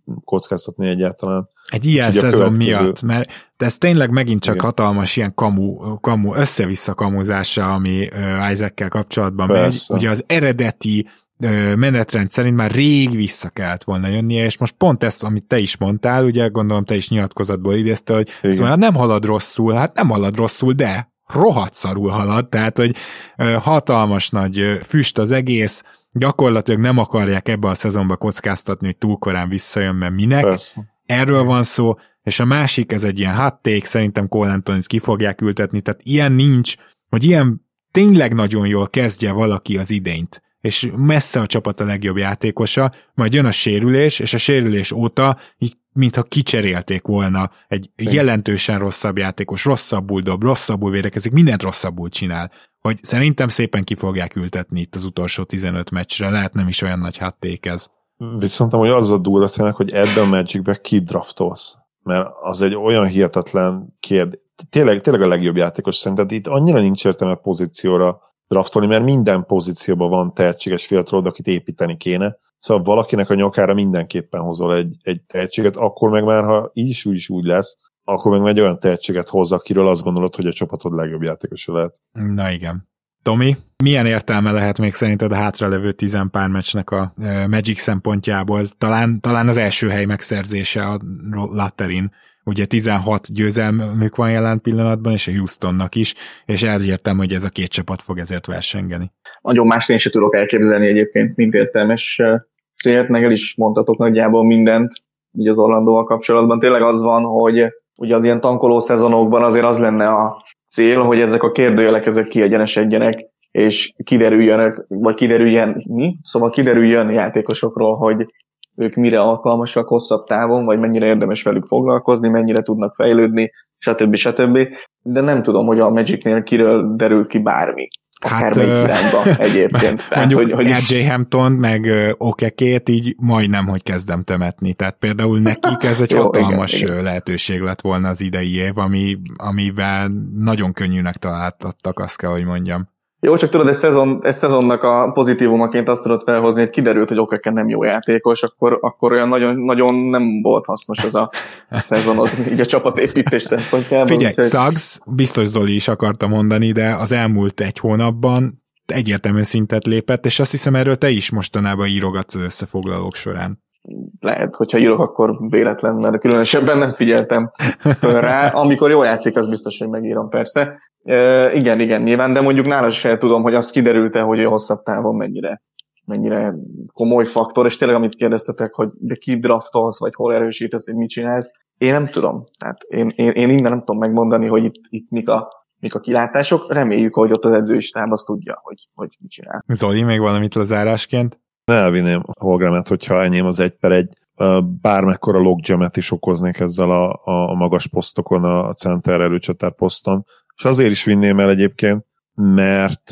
[SPEAKER 3] kockáztatni egyáltalán.
[SPEAKER 2] Egy ilyen
[SPEAKER 3] ugye
[SPEAKER 2] szezon
[SPEAKER 3] következő...
[SPEAKER 2] miatt, mert ez tényleg megint csak
[SPEAKER 3] Igen.
[SPEAKER 2] hatalmas ilyen kamu, kamu össze-vissza kamuzása, ami uh, Isaac-kel kapcsolatban
[SPEAKER 3] Persze.
[SPEAKER 2] megy. Ugye az eredeti uh, menetrend szerint már rég vissza kellett volna jönnie, és most pont ezt, amit te is mondtál, ugye gondolom te is nyilatkozatból idézte, hogy azt mondja, nem halad rosszul, hát nem halad rosszul, de rohadt szarul halad, tehát, hogy uh, hatalmas nagy uh, füst az egész, gyakorlatilag nem akarják ebbe a szezonba kockáztatni, hogy túl korán visszajön, mert minek.
[SPEAKER 3] Persze.
[SPEAKER 2] Erről van szó, és a másik, ez egy ilyen hot take, szerintem Cole Anthony-t ki fogják ültetni, tehát ilyen nincs, hogy ilyen tényleg nagyon jól kezdje valaki az idényt, és messze a csapat a legjobb játékosa, majd jön a sérülés, és a sérülés óta így mintha kicserélték volna egy jelentősen rosszabb játékos, rosszabbul dob, rosszabbul védekezik, mindent rosszabbul csinál, hogy szerintem szépen ki fogják ültetni itt az utolsó tizenöt meccsre, lehet nem is olyan nagy hot take ez.
[SPEAKER 3] Viszont amúgy az a durva tényleg, hogy ebben a Magicbe kidraftolsz, mert az egy olyan hihetetlen kérdés. Tényleg, tényleg a legjobb játékos szerinted itt annyira nincs értelme pozícióra draftolni, mert minden pozícióban van tehetséges fiatalod, akit építeni kéne. Szóval valakinek a nyakára mindenképpen hozol egy, egy tehetséget, akkor meg már, ha így is úgy is úgy lesz, akkor meg egy olyan tehetséget hoz, akiről azt gondolod, hogy a csapatod legjobb játékosa lehet.
[SPEAKER 2] Na igen. Tomi, milyen értelme lehet még szerinted a hátralevő tizen pár meccsnek a Magic szempontjából? Talán, talán az első hely megszerzése a Latterin. Ugye tizenhat győzelmük van jelen pillanatban, és a Houstonnak is, és elértem, hogy ez a két csapat fog ezért versengeni.
[SPEAKER 4] Nagyon mást én sem tudok elképzelni egyébként, mint értelmes célt, meg el is mondhatok nagyjából mindent így az Orlandóval kapcsolatban. Tényleg az van, hogy ugye az ilyen tankoló szezonokban azért az lenne a cél, hogy ezek a kérdőjelek ezek kiegyenesedjenek, és kiderüljenek, vagy kiderüljen mi, szóval kiderüljön játékosokról, hogy ők mire alkalmasak hosszabb távon, vagy mennyire érdemes velük foglalkozni, mennyire tudnak fejlődni, stb. stb. De nem tudom, hogy a Magicnél kiről derül ki bármi. Akármelyik hát, irányba egyébként. Tehát,
[SPEAKER 2] mondjuk
[SPEAKER 4] hogy, hogy
[SPEAKER 2] er jé Hampton meg Okekét így majdnem, hogy kezdem temetni. Tehát például nekik ez egy
[SPEAKER 4] Jó,
[SPEAKER 2] hatalmas
[SPEAKER 4] igen, igen.
[SPEAKER 2] lehetőség lett volna az idei év, ami, amivel nagyon könnyűnek találtattak, azt kell, hogy mondjam.
[SPEAKER 4] Jó, csak tudod, egy, szezon, egy szezonnak a pozitívumaként azt tudod felhozni, hogy kiderült, hogy Okeke nem jó játékos, akkor, akkor olyan nagyon, nagyon nem volt hasznos ez a szezonod, így a csapatépítés szempontjából.
[SPEAKER 2] Figyelj,
[SPEAKER 4] úgyhogy...
[SPEAKER 2] Suggs, biztos Zoli is akarta mondani, de az elmúlt egy hónapban egyértelmű szintet lépett, és azt hiszem erről te is mostanában írogatsz az összefoglalók során.
[SPEAKER 4] Lehet, hogyha írok, akkor véletlen, mert különösebben nem figyeltem rá. Amikor jól játszik, az biztos, hogy megírom, persze. E, igen, igen, nyilván, de mondjuk nála sem tudom, hogy az kiderült-e, hogy a hosszabb távon mennyire, mennyire komoly faktor, és tényleg, amit kérdeztetek, hogy de ki draftolsz, vagy hol erősítesz, vagy mit csinálsz, én nem tudom. Tehát én, én, én innen nem tudom megmondani, hogy itt, itt mik, a, mik a kilátások. Reméljük, hogy ott az edzői stáb azt tudja, hogy, hogy mit csinál.
[SPEAKER 2] Coli, még valamit lezárásként?
[SPEAKER 3] Elvinném a Holgramet, hogyha enyém az egy per egy, bármekkora logjam-et is okoznék ezzel a, a magas posztokon, a center előcsatár poszton. És azért is vinném el egyébként, mert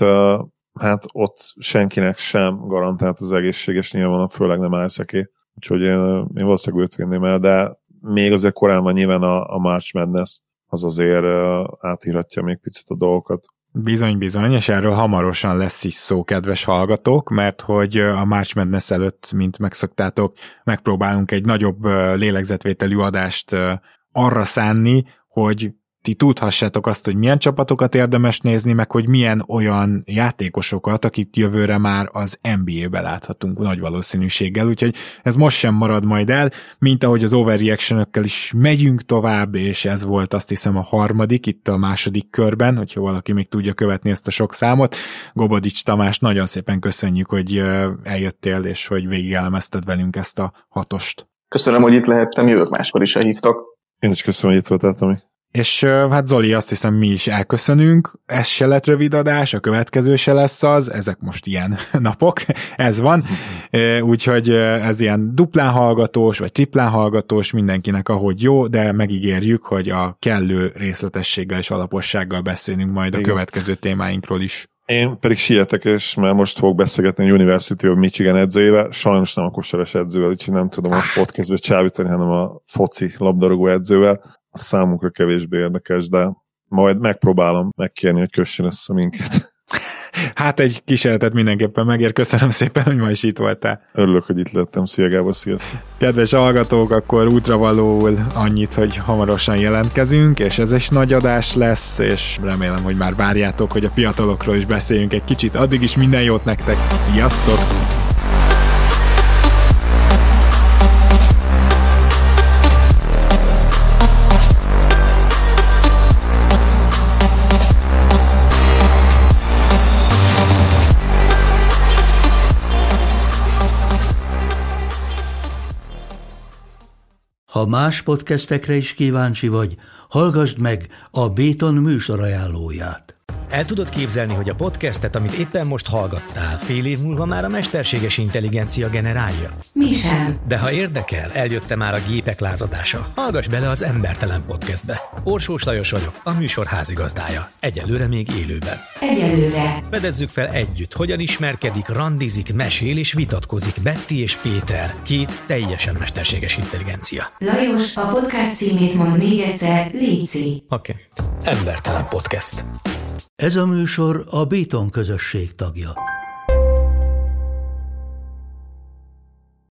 [SPEAKER 3] hát ott senkinek sem garantált az egészséges nyilván, főleg nem Isaac-é. Úgyhogy én, én valószínűleg őt vinném el, de még azért korán van nyilván a, a March Madness, az azért átírhatja még picit a dolgokat.
[SPEAKER 2] Bizony, bizony, és erről hamarosan lesz is szó, kedves hallgatók, mert hogy a March Madness előtt, mint megszoktátok, megpróbálunk egy nagyobb lélegzetvételű adást arra szánni, hogy ti tudhassátok azt, hogy milyen csapatokat érdemes nézni, meg hogy milyen olyan játékosokat, akik jövőre már az en bé á-be láthatunk nagy valószínűséggel, úgyhogy ez most sem marad majd el, mint ahogy az overreaction-ökkel is megyünk tovább, és ez volt azt hiszem a harmadik, itt a második körben, hogyha valaki még tudja követni ezt a sok számot. Gobodics Tamás, nagyon szépen köszönjük, hogy eljöttél, és hogy végigelemezted velünk ezt a hatost.
[SPEAKER 4] Köszönöm, hogy itt lehettem, jövök máskor is elhívtak.
[SPEAKER 3] Én is köszönöm, hogy itt voltál, Tomi.
[SPEAKER 2] És hát Zoli, azt hiszem mi is elköszönünk, ez se lett rövid adás, a következő se lesz az, ezek most ilyen napok, ez van, úgyhogy ez ilyen duplán hallgatós, vagy triplán hallgatós, mindenkinek ahogy jó, de megígérjük, hogy a kellő részletességgel és alapossággal beszélünk majd Igen. a következő témáinkról is.
[SPEAKER 3] Én pedig sietek, és már most fogok beszélgetni a University of Michigan edzőjével, sajnos nem a kosaras edzővel, úgyhogy nem tudom a podcastbe csábítani, hanem a foci labdarúgó edzővel. A számunkra kevésbé érdekes, de majd megpróbálom megkérni, hogy kössön össze minket.
[SPEAKER 2] Hát egy kísérletet mindenképpen megér. Köszönöm szépen, hogy ma is itt voltál.
[SPEAKER 3] Örülök, hogy itt lettem. Szia Gábor, sziasztok!
[SPEAKER 2] Kedves hallgatók, akkor útravalóul annyit, hogy hamarosan jelentkezünk, és ez egy nagy adás lesz, és remélem, hogy már várjátok, hogy a fiatalokról is beszéljünk egy kicsit. Addig is minden jót nektek. Sziasztok!
[SPEAKER 5] Ha más podcastekre is kíváncsi vagy, hallgassd meg a Béton műsor ajánlóját.
[SPEAKER 6] El tudod képzelni, hogy a podcastet, amit éppen most hallgattál, fél év múlva már a mesterséges intelligencia generálja?
[SPEAKER 7] Mi sem.
[SPEAKER 6] De ha érdekel, eljötte már a gépek lázadása. Hallgass bele az Embertelen Podcastbe. Orsós Lajos vagyok, a műsor házigazdája. Egyelőre még élőben.
[SPEAKER 7] Egyelőre.
[SPEAKER 6] Fedezzük fel együtt, hogyan ismerkedik, randizik, mesél és vitatkozik Betty és Péter, két teljesen mesterséges intelligencia.
[SPEAKER 7] Lajos, a podcast címét mond még egyszer, léci.
[SPEAKER 6] Oké. Okay. Embertelen Podcast.
[SPEAKER 5] Ez a műsor a Béton közösség tagja.